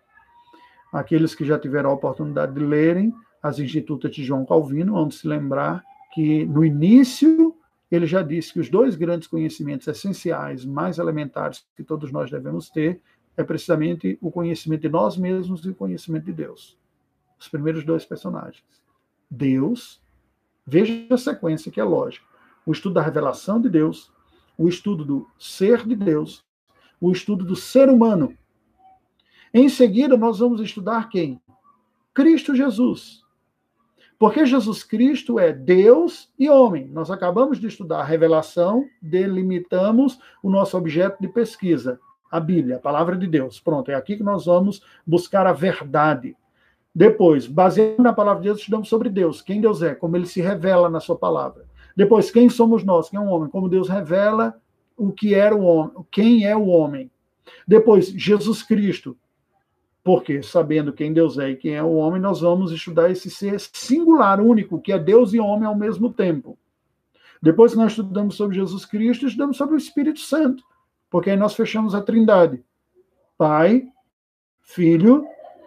A: Aqueles que já tiveram a oportunidade de lerem as Institutas de João Calvino, vão se lembrar que no início ele já disse que os dois grandes conhecimentos essenciais, mais elementares que todos nós devemos ter, é precisamente o conhecimento de nós mesmos e o conhecimento de Deus. Os primeiros dois personagens. Deus, veja a sequência que é lógica. O estudo da revelação de Deus, o estudo do ser de Deus, o estudo do ser humano. Em seguida, nós vamos estudar quem? Cristo Jesus. Porque Jesus Cristo é Deus e homem. Nós acabamos de estudar a revelação, delimitamos o nosso objeto de pesquisa, a Bíblia, a palavra de Deus. Pronto, é aqui que nós vamos buscar a verdade. Depois, baseado na palavra de Deus, estudamos sobre Deus, quem Deus é, como ele se revela na sua palavra. Depois, quem somos nós, quem é um homem, como Deus revela o que era o homem, quem é o homem. Depois, Jesus Cristo, porque sabendo quem Deus é e quem é o homem, nós vamos estudar esse ser singular, único, que é Deus e homem ao mesmo tempo. Depois que nós estudamos sobre Jesus Cristo, estudamos sobre o Espírito Santo, porque aí nós fechamos a Trindade. Pai, Filho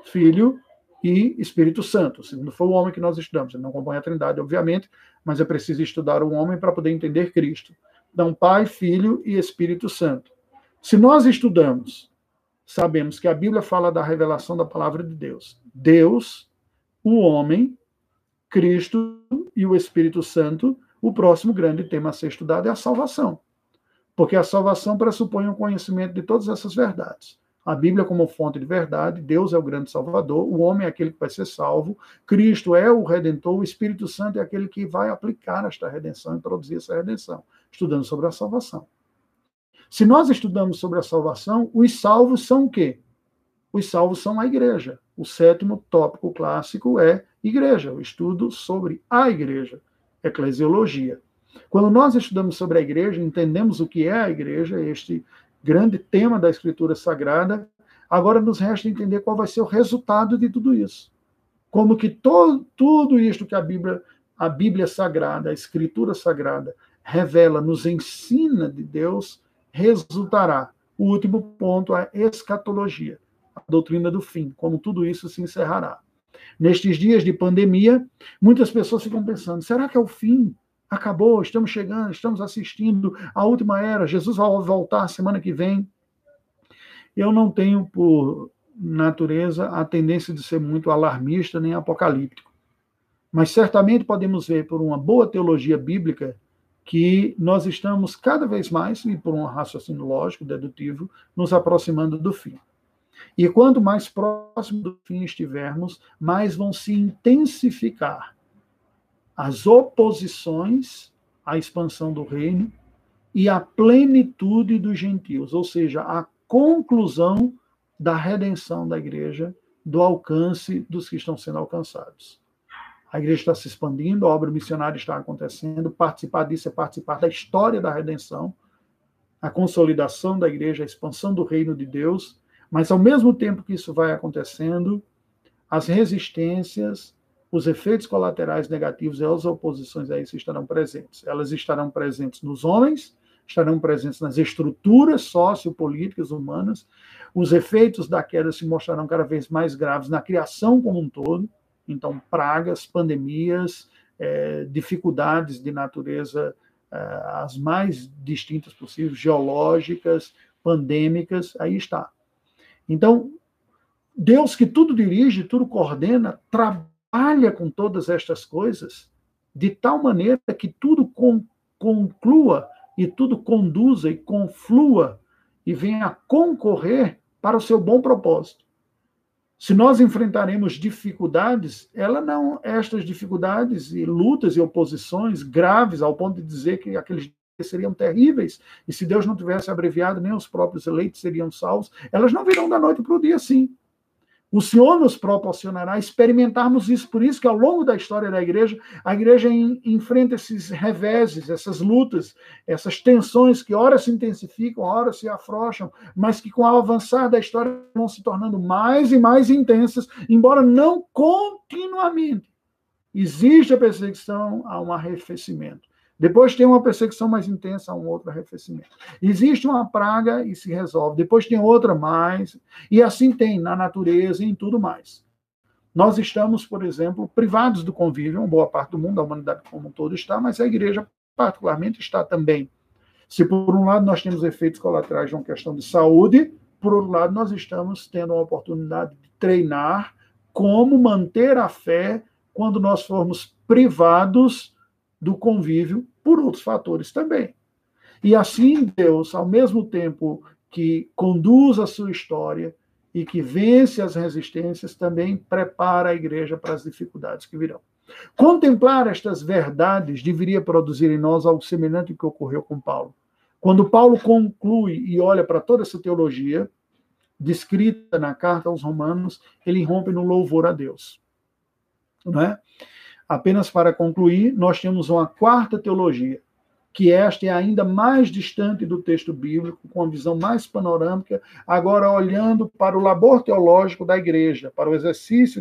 A: e Espírito Santo. Se não for o homem que nós estudamos, ele não compõe a Trindade, obviamente, mas é preciso estudar o homem para poder entender Cristo. Então, Pai, Filho e Espírito Santo. Se nós estudamos, sabemos que a Bíblia fala da revelação da palavra de Deus. Deus, o homem, Cristo e o Espírito Santo, o próximo grande tema a ser estudado é a salvação. Porque a salvação pressupõe um conhecimento de todas essas verdades. A Bíblia como fonte de verdade, Deus é o grande Salvador, o homem é aquele que vai ser salvo, Cristo é o Redentor, o Espírito Santo é aquele que vai aplicar esta redenção e produzir essa redenção, estudando sobre a salvação. Se nós estudamos sobre a salvação, os salvos são o quê? Os salvos são a igreja. O sétimo tópico clássico é igreja, o estudo sobre a igreja, eclesiologia. Quando nós estudamos sobre a igreja, entendemos o que é a igreja, este grande tema da Escritura Sagrada, agora nos resta entender qual vai ser o resultado de tudo isso. Como que tudo isto que a Bíblia Sagrada, a Escritura Sagrada, revela, nos ensina de Deus, resultará. O último ponto é a escatologia, a doutrina do fim, como tudo isso se encerrará. Nestes dias de pandemia, muitas pessoas ficam pensando, será que é o fim? Acabou, estamos chegando, estamos assistindo à última era, Jesus vai voltar semana que vem. Eu não tenho, por natureza, a tendência de ser muito alarmista nem apocalíptico. Mas certamente podemos ver, por uma boa teologia bíblica, que nós estamos cada vez mais, e por um raciocínio lógico, dedutivo, nos aproximando do fim. E quanto mais próximo do fim estivermos, mais vão se intensificar as oposições à expansão do reino e à plenitude dos gentios, ou seja, a conclusão da redenção da igreja, do alcance dos que estão sendo alcançados. A igreja está se expandindo, a obra missionária está acontecendo, participar disso é participar da história da redenção, a consolidação da igreja, a expansão do reino de Deus, mas ao mesmo tempo que isso vai acontecendo, as resistências, os efeitos colaterais negativos e as oposições a isso estarão presentes. Elas estarão presentes nos homens, estarão presentes nas estruturas sociopolíticas humanas, os efeitos da queda se mostrarão cada vez mais graves na criação como um todo, então pragas, pandemias, dificuldades de natureza as mais distintas possíveis, geológicas, pandêmicas, aí está. Então, Deus que tudo dirige, tudo coordena, trabalha com todas estas coisas de tal maneira que tudo conclua e tudo conduza e conflua e venha a concorrer para o seu bom propósito. Se nós enfrentaremos dificuldades, estas dificuldades e lutas e oposições graves, ao ponto de dizer que aqueles dias seriam terríveis, e se Deus não tivesse abreviado, nem os próprios eleitos seriam salvos, elas não virão da noite para o dia, sim. O Senhor nos proporcionará experimentarmos isso. Por isso que, ao longo da história da igreja, a igreja enfrenta esses reveses, essas lutas, essas tensões que ora se intensificam, ora se afrouxam, mas que, com o avançar da história, vão se tornando mais e mais intensas, embora não continuamente. Existe a perseguição, há um arrefecimento. Depois tem uma perseguição mais intensa, um outro arrefecimento. Existe uma praga e se resolve. Depois tem outra mais. E assim tem na natureza e em tudo mais. Nós estamos, por exemplo, privados do convívio. Uma boa parte do mundo, a humanidade como um todo está, mas a igreja particularmente está também. Se por um lado nós temos efeitos colaterais de uma questão de saúde, por outro lado nós estamos tendo a oportunidade de treinar como manter a fé quando nós formos privados do convívio por outros fatores também. E assim Deus, ao mesmo tempo que conduz a sua história e que vence as resistências, também prepara a igreja para as dificuldades que virão. Contemplar estas verdades deveria produzir em nós algo semelhante ao que ocorreu com Paulo. Quando Paulo conclui e olha para toda essa teologia descrita na carta aos Romanos, ele irrompe no louvor a Deus. Não é? Apenas para concluir, nós temos uma quarta teologia, que esta é ainda mais distante do texto bíblico, com uma visão mais panorâmica, agora olhando para o labor teológico da igreja, para o exercício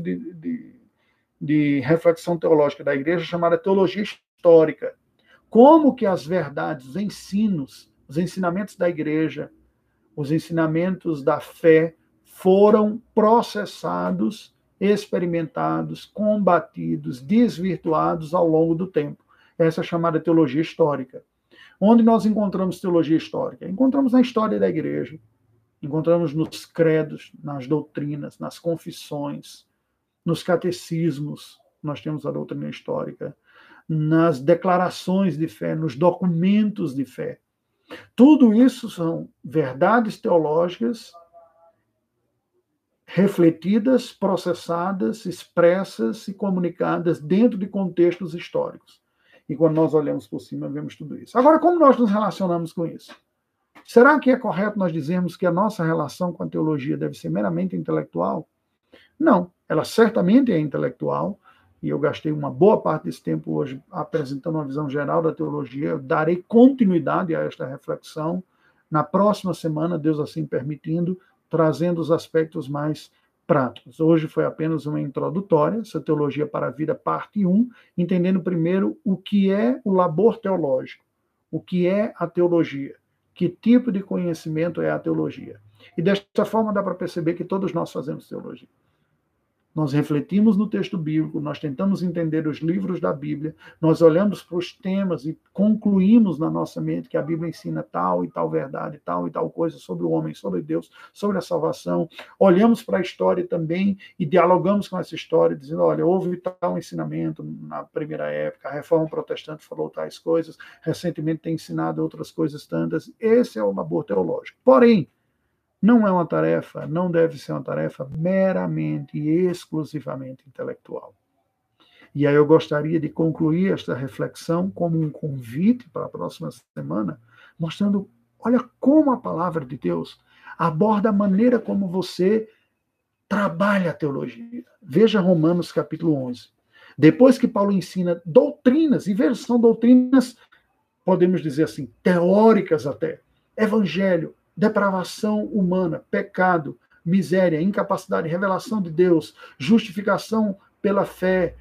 A: de reflexão teológica da igreja, chamada teologia histórica. Como que as verdades, os ensinos, os ensinamentos da igreja, os ensinamentos da fé foram processados, experimentados, combatidos, desvirtuados ao longo do tempo. Essa é a chamada teologia histórica. Onde nós encontramos teologia histórica? Encontramos na história da igreja, encontramos nos credos, nas doutrinas, nas confissões, nos catecismos, nós temos a doutrina histórica, nas declarações de fé, nos documentos de fé. Tudo isso são verdades teológicas refletidas, processadas, expressas e comunicadas dentro de contextos históricos. E quando nós olhamos por cima, vemos tudo isso. Agora, como nós nos relacionamos com isso? Será que é correto nós dizermos que a nossa relação com a teologia deve ser meramente intelectual? Não, ela certamente é intelectual, e eu gastei uma boa parte desse tempo hoje apresentando uma visão geral da teologia. Eu darei continuidade a esta reflexão na próxima semana, Deus assim permitindo, trazendo os aspectos mais práticos. Hoje foi apenas uma introdutória, essa teologia para a vida, parte 1, entendendo primeiro o que é o labor teológico, o que é a teologia, que tipo de conhecimento é a teologia. E desta forma dá para perceber que todos nós fazemos teologia. Nós refletimos no texto bíblico, nós tentamos entender os livros da Bíblia, nós olhamos para os temas e concluímos na nossa mente que a Bíblia ensina tal e tal verdade, tal e tal coisa sobre o homem, sobre Deus, sobre a salvação. Olhamos para a história também e dialogamos com essa história, dizendo, olha, houve tal ensinamento na primeira época, a Reforma Protestante falou tais coisas, recentemente tem ensinado outras coisas tantas. Esse é o labor teológico. Porém, não é uma tarefa, não deve ser uma tarefa meramente e exclusivamente intelectual. E aí eu gostaria de concluir esta reflexão como um convite para a próxima semana, mostrando, olha como a palavra de Deus aborda a maneira como você trabalha a teologia. Veja Romanos capítulo 11. Depois que Paulo ensina doutrinas, e veja, são doutrinas, podemos dizer assim, teóricas até, evangelho, depravação humana, pecado, miséria, incapacidade, revelação de Deus, justificação pela fé,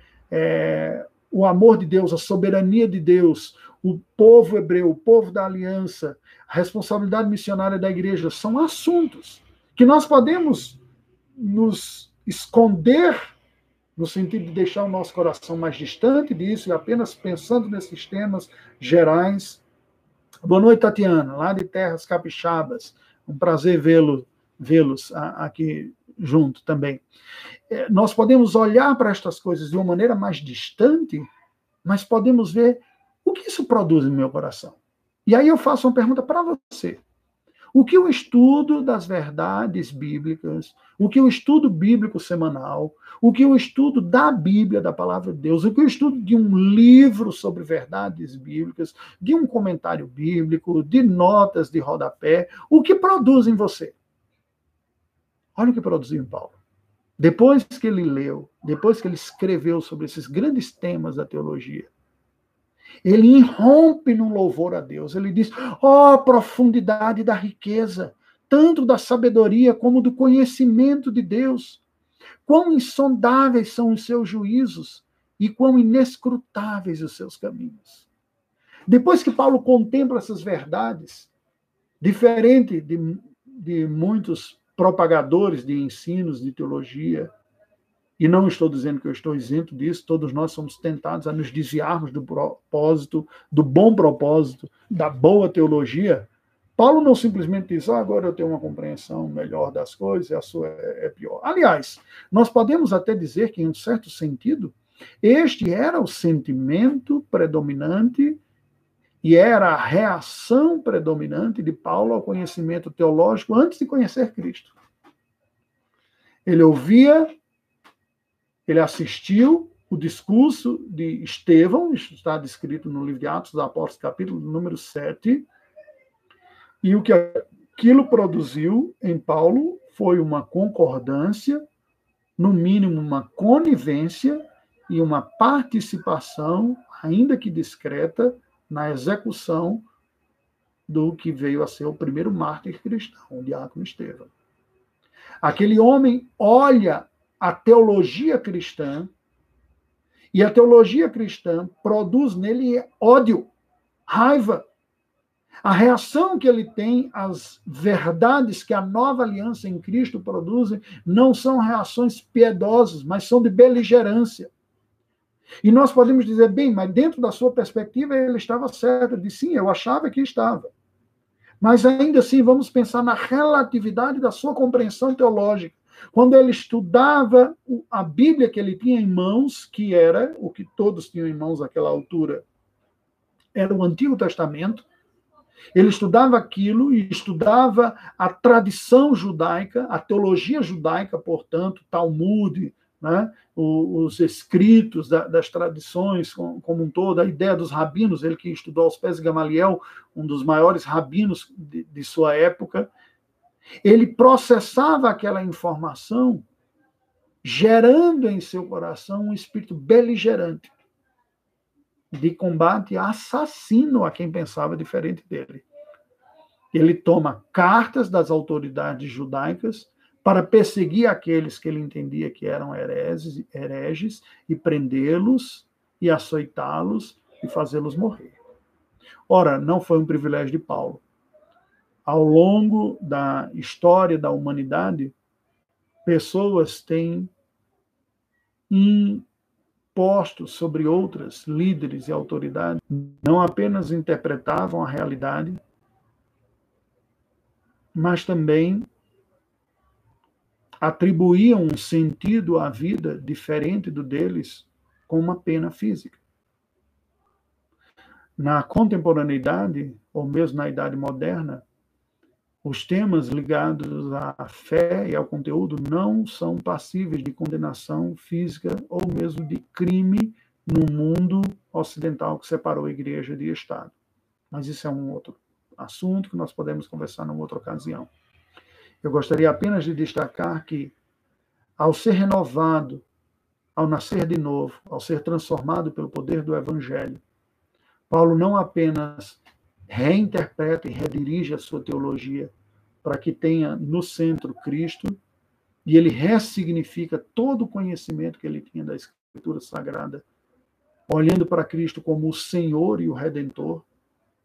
A: o amor de Deus, a soberania de Deus, o povo hebreu, o povo da aliança, a responsabilidade missionária da igreja, são assuntos que nós podemos nos esconder no sentido de deixar o nosso coração mais distante disso e apenas pensando nesses temas gerais. Boa noite, Tatiana, lá de Terras Capixabas. Um prazer vê-los aqui junto também. Nós podemos olhar para estas coisas de uma maneira mais distante, mas podemos ver o que isso produz no meu coração. E aí eu faço uma pergunta para você. O que o estudo das verdades bíblicas, o que o estudo bíblico semanal, o que o estudo da Bíblia, da Palavra de Deus, o que o estudo de um livro sobre verdades bíblicas, de um comentário bíblico, de notas de rodapé, o que produz em você? Olha o que produziu em Paulo. Depois que ele leu, depois que ele escreveu sobre esses grandes temas da teologia, ele irrompe no louvor a Deus. Ele diz, profundidade da riqueza, tanto da sabedoria como do conhecimento de Deus. Quão insondáveis são os seus juízos e quão inescrutáveis os seus caminhos. Depois que Paulo contempla essas verdades, diferente de muitos propagadores de ensinos de teologia, e não estou dizendo que eu estou isento disso, todos nós somos tentados a nos desviarmos do propósito, do bom propósito, da boa teologia. Paulo não simplesmente diz, agora eu tenho uma compreensão melhor das coisas, e a sua é pior. Aliás, nós podemos até dizer que, em um certo sentido, este era o sentimento predominante e era a reação predominante de Paulo ao conhecimento teológico antes de conhecer Cristo. Ele ouvia, ele assistiu o discurso de Estevão, isso está descrito no livro de Atos dos Apóstolos, capítulo número 7, e o que aquilo produziu em Paulo foi uma concordância, no mínimo uma conivência e uma participação, ainda que discreta, na execução do que veio a ser o primeiro mártir cristão, o diácono Estevão. Aquele homem olha a teologia cristã, e a teologia cristã produz nele ódio, raiva. A reação que ele tem às verdades que a nova aliança em Cristo produz não são reações piedosas, mas são de beligerância. E nós podemos dizer, bem, mas dentro da sua perspectiva ele estava certo. Ele disse, sim, eu achava que estava. Mas ainda assim, vamos pensar na relatividade da sua compreensão teológica. Quando ele estudava a Bíblia que ele tinha em mãos, que era o que todos tinham em mãos naquela altura, era o Antigo Testamento, ele estudava aquilo e estudava a tradição judaica, a teologia judaica, portanto, Talmud, né? Os escritos das tradições como um todo, a ideia dos rabinos, ele que estudou aos pés de Gamaliel, um dos maiores rabinos de sua época, ele processava aquela informação, gerando em seu coração um espírito beligerante, de combate assassino a quem pensava diferente dele. Ele toma cartas das autoridades judaicas para perseguir aqueles que ele entendia que eram hereges e prendê-los e açoitá-los e fazê-los morrer. Ora, não foi um privilégio de Paulo. Ao longo da história da humanidade, pessoas têm imposto sobre outras líderes e autoridades, não apenas interpretavam a realidade, mas também atribuíam um sentido à vida diferente do deles com uma pena física. Na contemporaneidade, ou mesmo na Idade Moderna, os temas ligados à fé e ao conteúdo não são passíveis de condenação física ou mesmo de crime no mundo ocidental que separou a igreja de Estado. Mas isso é um outro assunto que nós podemos conversar numa outra ocasião. Eu gostaria apenas de destacar que, ao ser renovado, ao nascer de novo, ao ser transformado pelo poder do Evangelho, Paulo não apenas reinterpreta e redirige a sua teologia para que tenha no centro Cristo, e ele ressignifica todo o conhecimento que ele tinha da Escritura Sagrada, olhando para Cristo como o Senhor e o Redentor,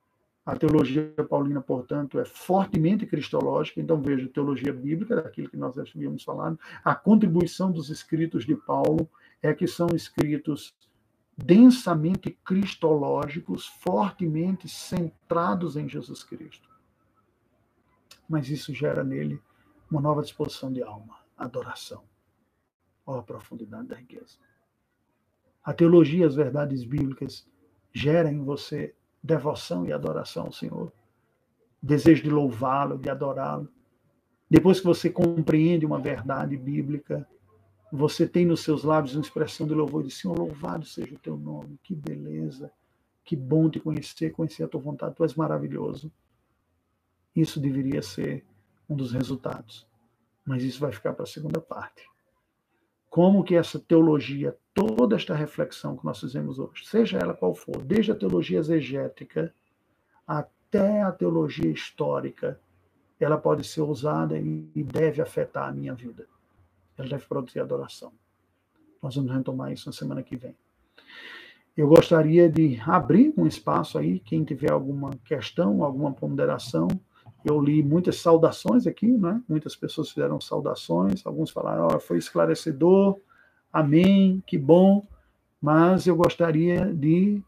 A: A teologia paulina, portanto, é fortemente cristológica. Então, veja, teologia bíblica, daquilo que nós já havíamos falado, a contribuição dos escritos de Paulo é que são escritos densamente cristológicos, fortemente centrados em Jesus Cristo. Mas isso gera nele uma nova disposição de alma, adoração. Olha a profundidade da riqueza. A teologia, as verdades bíblicas, geram em você devoção e adoração ao Senhor. Desejo de louvá-lo, de adorá-lo. Depois que você compreende uma verdade bíblica, você tem nos seus lábios uma expressão de louvor e de Senhor, louvado seja o teu nome, que beleza, que bom te conhecer a tua vontade, tu és maravilhoso. Isso deveria ser um dos resultados, mas isso vai ficar para a segunda parte. Como que essa teologia, toda esta reflexão que nós fizemos hoje, seja ela qual for, desde a teologia exegética até a teologia histórica, ela pode ser usada e deve afetar a minha vida. Ela deve produzir adoração. Nós vamos retomar isso na semana que vem. Eu gostaria de abrir um espaço aí, quem tiver alguma questão, alguma ponderação. Eu li muitas saudações aqui, né? Muitas pessoas fizeram saudações, alguns falaram, oh, foi esclarecedor, amém, que bom, mas eu gostaria de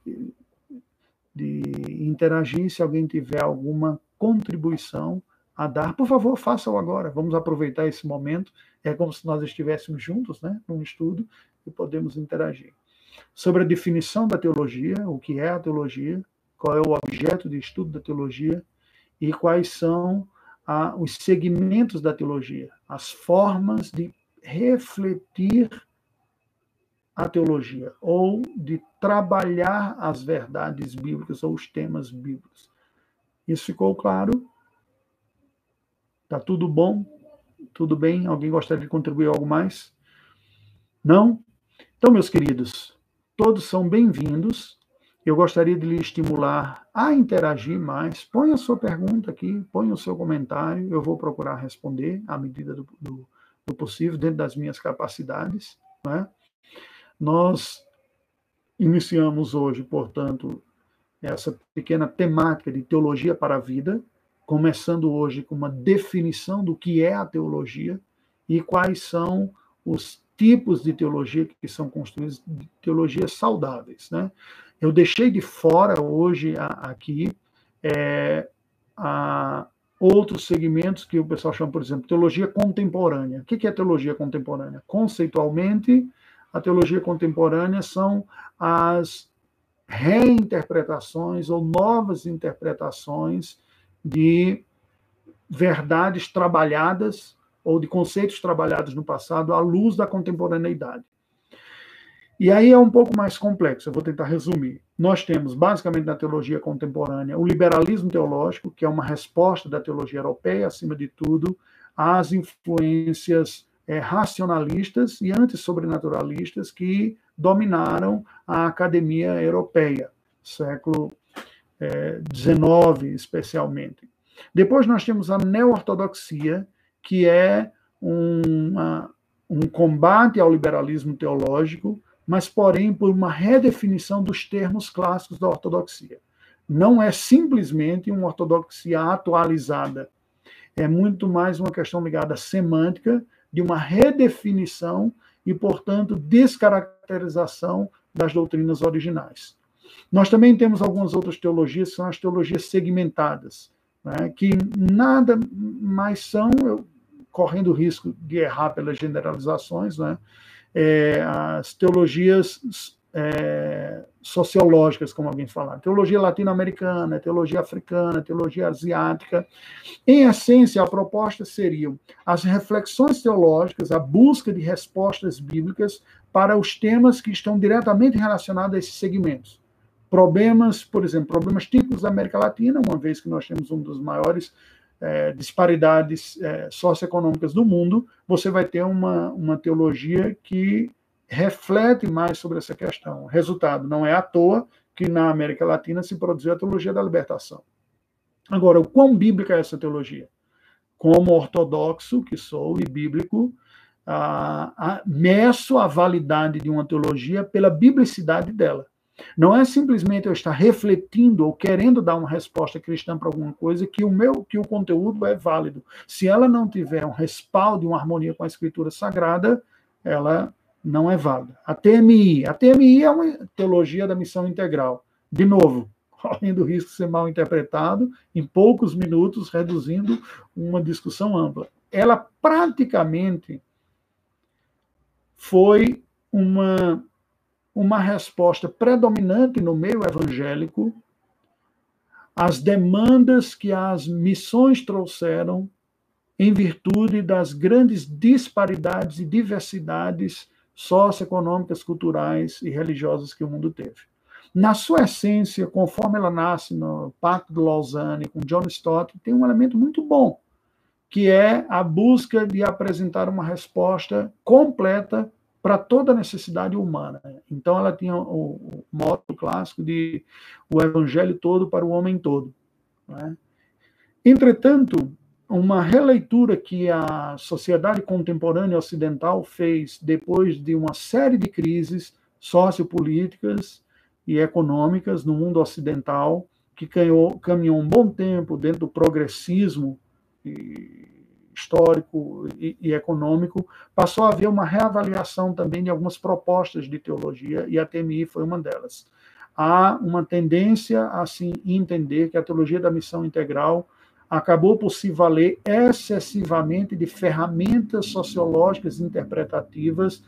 A: interagir, se alguém tiver alguma contribuição a dar, por favor, faça-o agora, vamos aproveitar esse momento, é como se nós estivéssemos juntos, né, num estudo, e podemos interagir. Sobre a definição da teologia, o que é a teologia, qual é o objeto de estudo da teologia, e quais são os segmentos da teologia, as formas de refletir a teologia, ou de trabalhar as verdades bíblicas, ou os temas bíblicos. Isso ficou claro? Está tudo bom? Tudo bem? Alguém gostaria de contribuir algo mais? Não? Então, meus queridos, todos são bem-vindos. Eu gostaria de lhe estimular a interagir mais. Põe a sua pergunta aqui, põe o seu comentário. Eu vou procurar responder à medida do possível, dentro das minhas capacidades. Né? Nós iniciamos hoje, portanto, essa pequena temática de teologia para a vida, começando hoje com uma definição do que é a teologia e quais são os tipos de teologia que são construídos, de teologias saudáveis. Né? Eu deixei de fora hoje aqui outros segmentos que o pessoal chama, por exemplo, teologia contemporânea. O que é teologia contemporânea? Conceitualmente, a teologia contemporânea são as reinterpretações ou novas interpretações de verdades trabalhadas ou de conceitos trabalhados no passado à luz da contemporaneidade. E aí é um pouco mais complexo, eu vou tentar resumir. Nós temos, basicamente, na teologia contemporânea, o liberalismo teológico, que é uma resposta da teologia europeia, acima de tudo, às influências racionalistas e antissobrenaturalistas que dominaram a academia europeia, século XIX, especialmente. Depois nós temos a neo-ortodoxia, que é um combate ao liberalismo teológico, mas, porém, por uma redefinição dos termos clássicos da ortodoxia. Não é simplesmente uma ortodoxia atualizada, é muito mais uma questão ligada à semântica, de uma redefinição e, portanto, descaracterização das doutrinas originais. Nós também temos algumas outras teologias, que são as teologias segmentadas, né, que nada mais são, correndo o risco de errar pelas generalizações, né, as teologias sociológicas, como alguém fala, teologia latino-americana, teologia africana, teologia asiática. Em essência, a proposta seriam as reflexões teológicas, a busca de respostas bíblicas para os temas que estão diretamente relacionados a esses segmentos. Problemas, por exemplo, problemas típicos da América Latina, uma vez que nós temos um dos maiores disparidades socioeconômicas do mundo, você vai ter uma teologia que reflete mais sobre essa questão. Resultado, não é à toa que na América Latina se produziu a teologia da libertação. Agora, o quão bíblica é essa teologia? Como ortodoxo que sou e bíblico, meço a validade de uma teologia pela biblicidade dela. Não é simplesmente eu estar refletindo ou querendo dar uma resposta cristã para alguma coisa que o conteúdo é válido. Se ela não tiver um respaldo e uma harmonia com a Escritura Sagrada, ela não é válida. A TMI é uma teologia da missão integral. De novo, correndo o risco de ser mal interpretado, em poucos minutos, reduzindo uma discussão ampla. Ela praticamente foi uma resposta predominante no meio evangélico às demandas que as missões trouxeram em virtude das grandes disparidades e diversidades socioeconômicas, culturais e religiosas que o mundo teve. Na sua essência, conforme ela nasce no Pacto de Lausanne, com John Stott, tem um elemento muito bom, que é a busca de apresentar uma resposta completa para toda a necessidade humana. Então, ela tinha o mote clássico de o evangelho todo para o homem todo. Né? Entretanto, uma releitura que a sociedade contemporânea ocidental fez depois de uma série de crises sociopolíticas e econômicas no mundo ocidental, que caminhou um bom tempo dentro do progressismo histórico e econômico, passou a haver uma reavaliação também de algumas propostas de teologia, e a TMI foi uma delas. Há uma tendência a se entender que a teologia da missão integral acabou por se valer excessivamente de ferramentas sociológicas interpretativas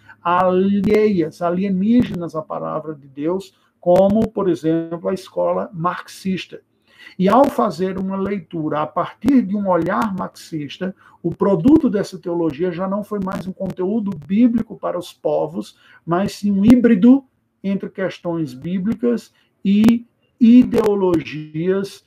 A: alienígenas à palavra de Deus, como, por exemplo, a escola marxista. E ao fazer uma leitura a partir de um olhar marxista, o produto dessa teologia já não foi mais um conteúdo bíblico para os povos, mas sim um híbrido entre questões bíblicas e ideologias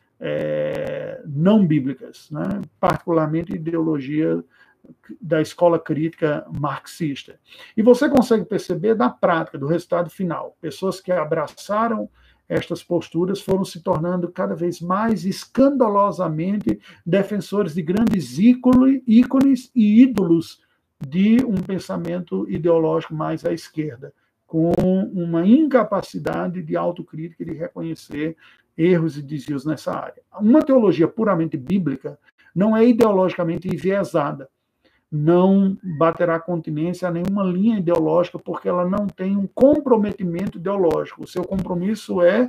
A: não bíblicas, né? Particularmente ideologia da escola crítica marxista. E você consegue perceber da prática, do resultado final. Pessoas que abraçaram estas posturas foram se tornando cada vez mais escandalosamente defensores de grandes ícones e ídolos de um pensamento ideológico mais à esquerda, com uma incapacidade de autocrítica e de reconhecer erros e desvios nessa área. Uma teologia puramente bíblica não é ideologicamente enviesada, não baterá continência a nenhuma linha ideológica, porque ela não tem um comprometimento ideológico. O seu compromisso é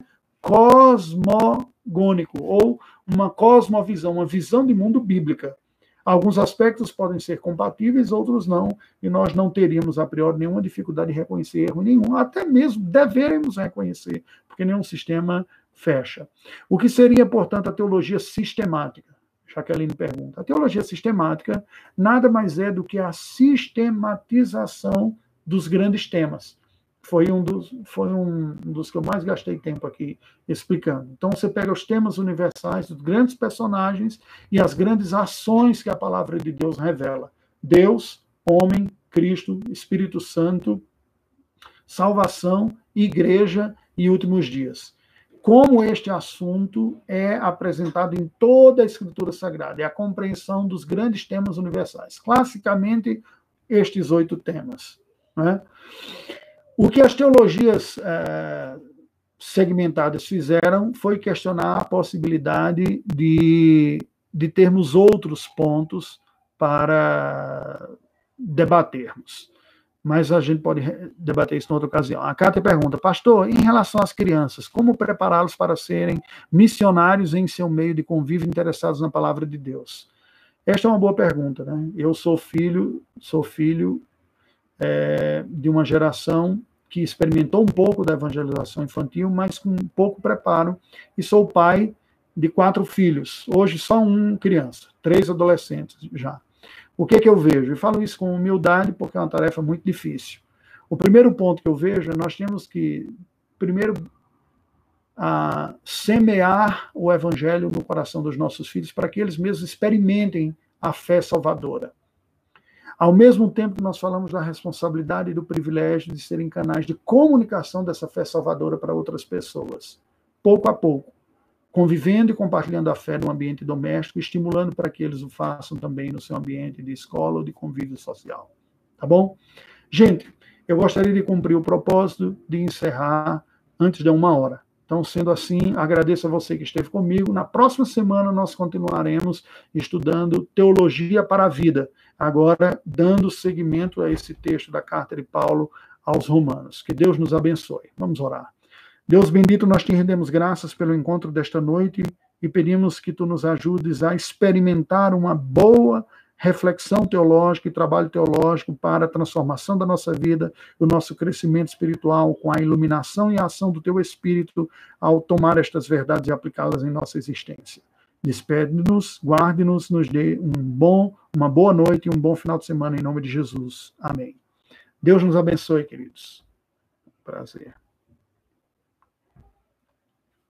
A: cosmogônico, ou uma cosmovisão, uma visão de mundo bíblica. Alguns aspectos podem ser compatíveis, outros não, e nós não teríamos, a priori, nenhuma dificuldade de reconhecer erro nenhum, até mesmo deveremos reconhecer, porque nenhum sistema fecha. O que seria, portanto, a teologia sistemática? Jaqueline pergunta. A teologia sistemática nada mais é do que a sistematização dos grandes temas. Foi um dos que eu mais gastei tempo aqui explicando. Então, você pega os temas universais dos grandes personagens e as grandes ações que a palavra de Deus revela. Deus, homem, Cristo, Espírito Santo, salvação, igreja e últimos dias. Como este assunto é apresentado em toda a Escritura Sagrada, é a compreensão dos grandes temas universais. Classicamente, estes 8 temas. Né? O que as teologias segmentadas fizeram foi questionar a possibilidade de termos outros pontos para debatermos. Mas a gente pode debater isso em outra ocasião. A Cátia pergunta, pastor, em relação às crianças, como prepará-los para serem missionários em seu meio de convívio interessados na palavra de Deus? Esta é uma boa pergunta, né? Eu sou filho de uma geração que experimentou um pouco da evangelização infantil, mas com pouco preparo, e sou pai de 4 filhos. Hoje só uma criança, 3 adolescentes já. O que eu vejo? Eu falo isso com humildade, porque é uma tarefa muito difícil. O primeiro ponto que eu vejo é nós temos que, primeiro, semear o evangelho no coração dos nossos filhos para que eles mesmos experimentem a fé salvadora. Ao mesmo tempo que nós falamos da responsabilidade e do privilégio de serem canais de comunicação dessa fé salvadora para outras pessoas, pouco a pouco, convivendo e compartilhando a fé no ambiente doméstico, estimulando para que eles o façam também no seu ambiente de escola ou de convívio social. Tá bom? Gente, eu gostaria de cumprir o propósito de encerrar antes de 1 hora. Então, sendo assim, agradeço a você que esteve comigo. Na próxima semana, nós continuaremos estudando Teologia para a Vida, agora dando seguimento a esse texto da carta de Paulo aos Romanos. Que Deus nos abençoe. Vamos orar. Deus bendito, nós te rendemos graças pelo encontro desta noite e pedimos que tu nos ajudes a experimentar uma boa reflexão teológica e trabalho teológico para a transformação da nossa vida, o nosso crescimento espiritual, com a iluminação e a ação do teu Espírito ao tomar estas verdades e aplicá-las em nossa existência. Despede-nos, guarde-nos, nos dê uma boa noite e um bom final de semana em nome de Jesus. Amém. Deus nos abençoe, queridos. Prazer.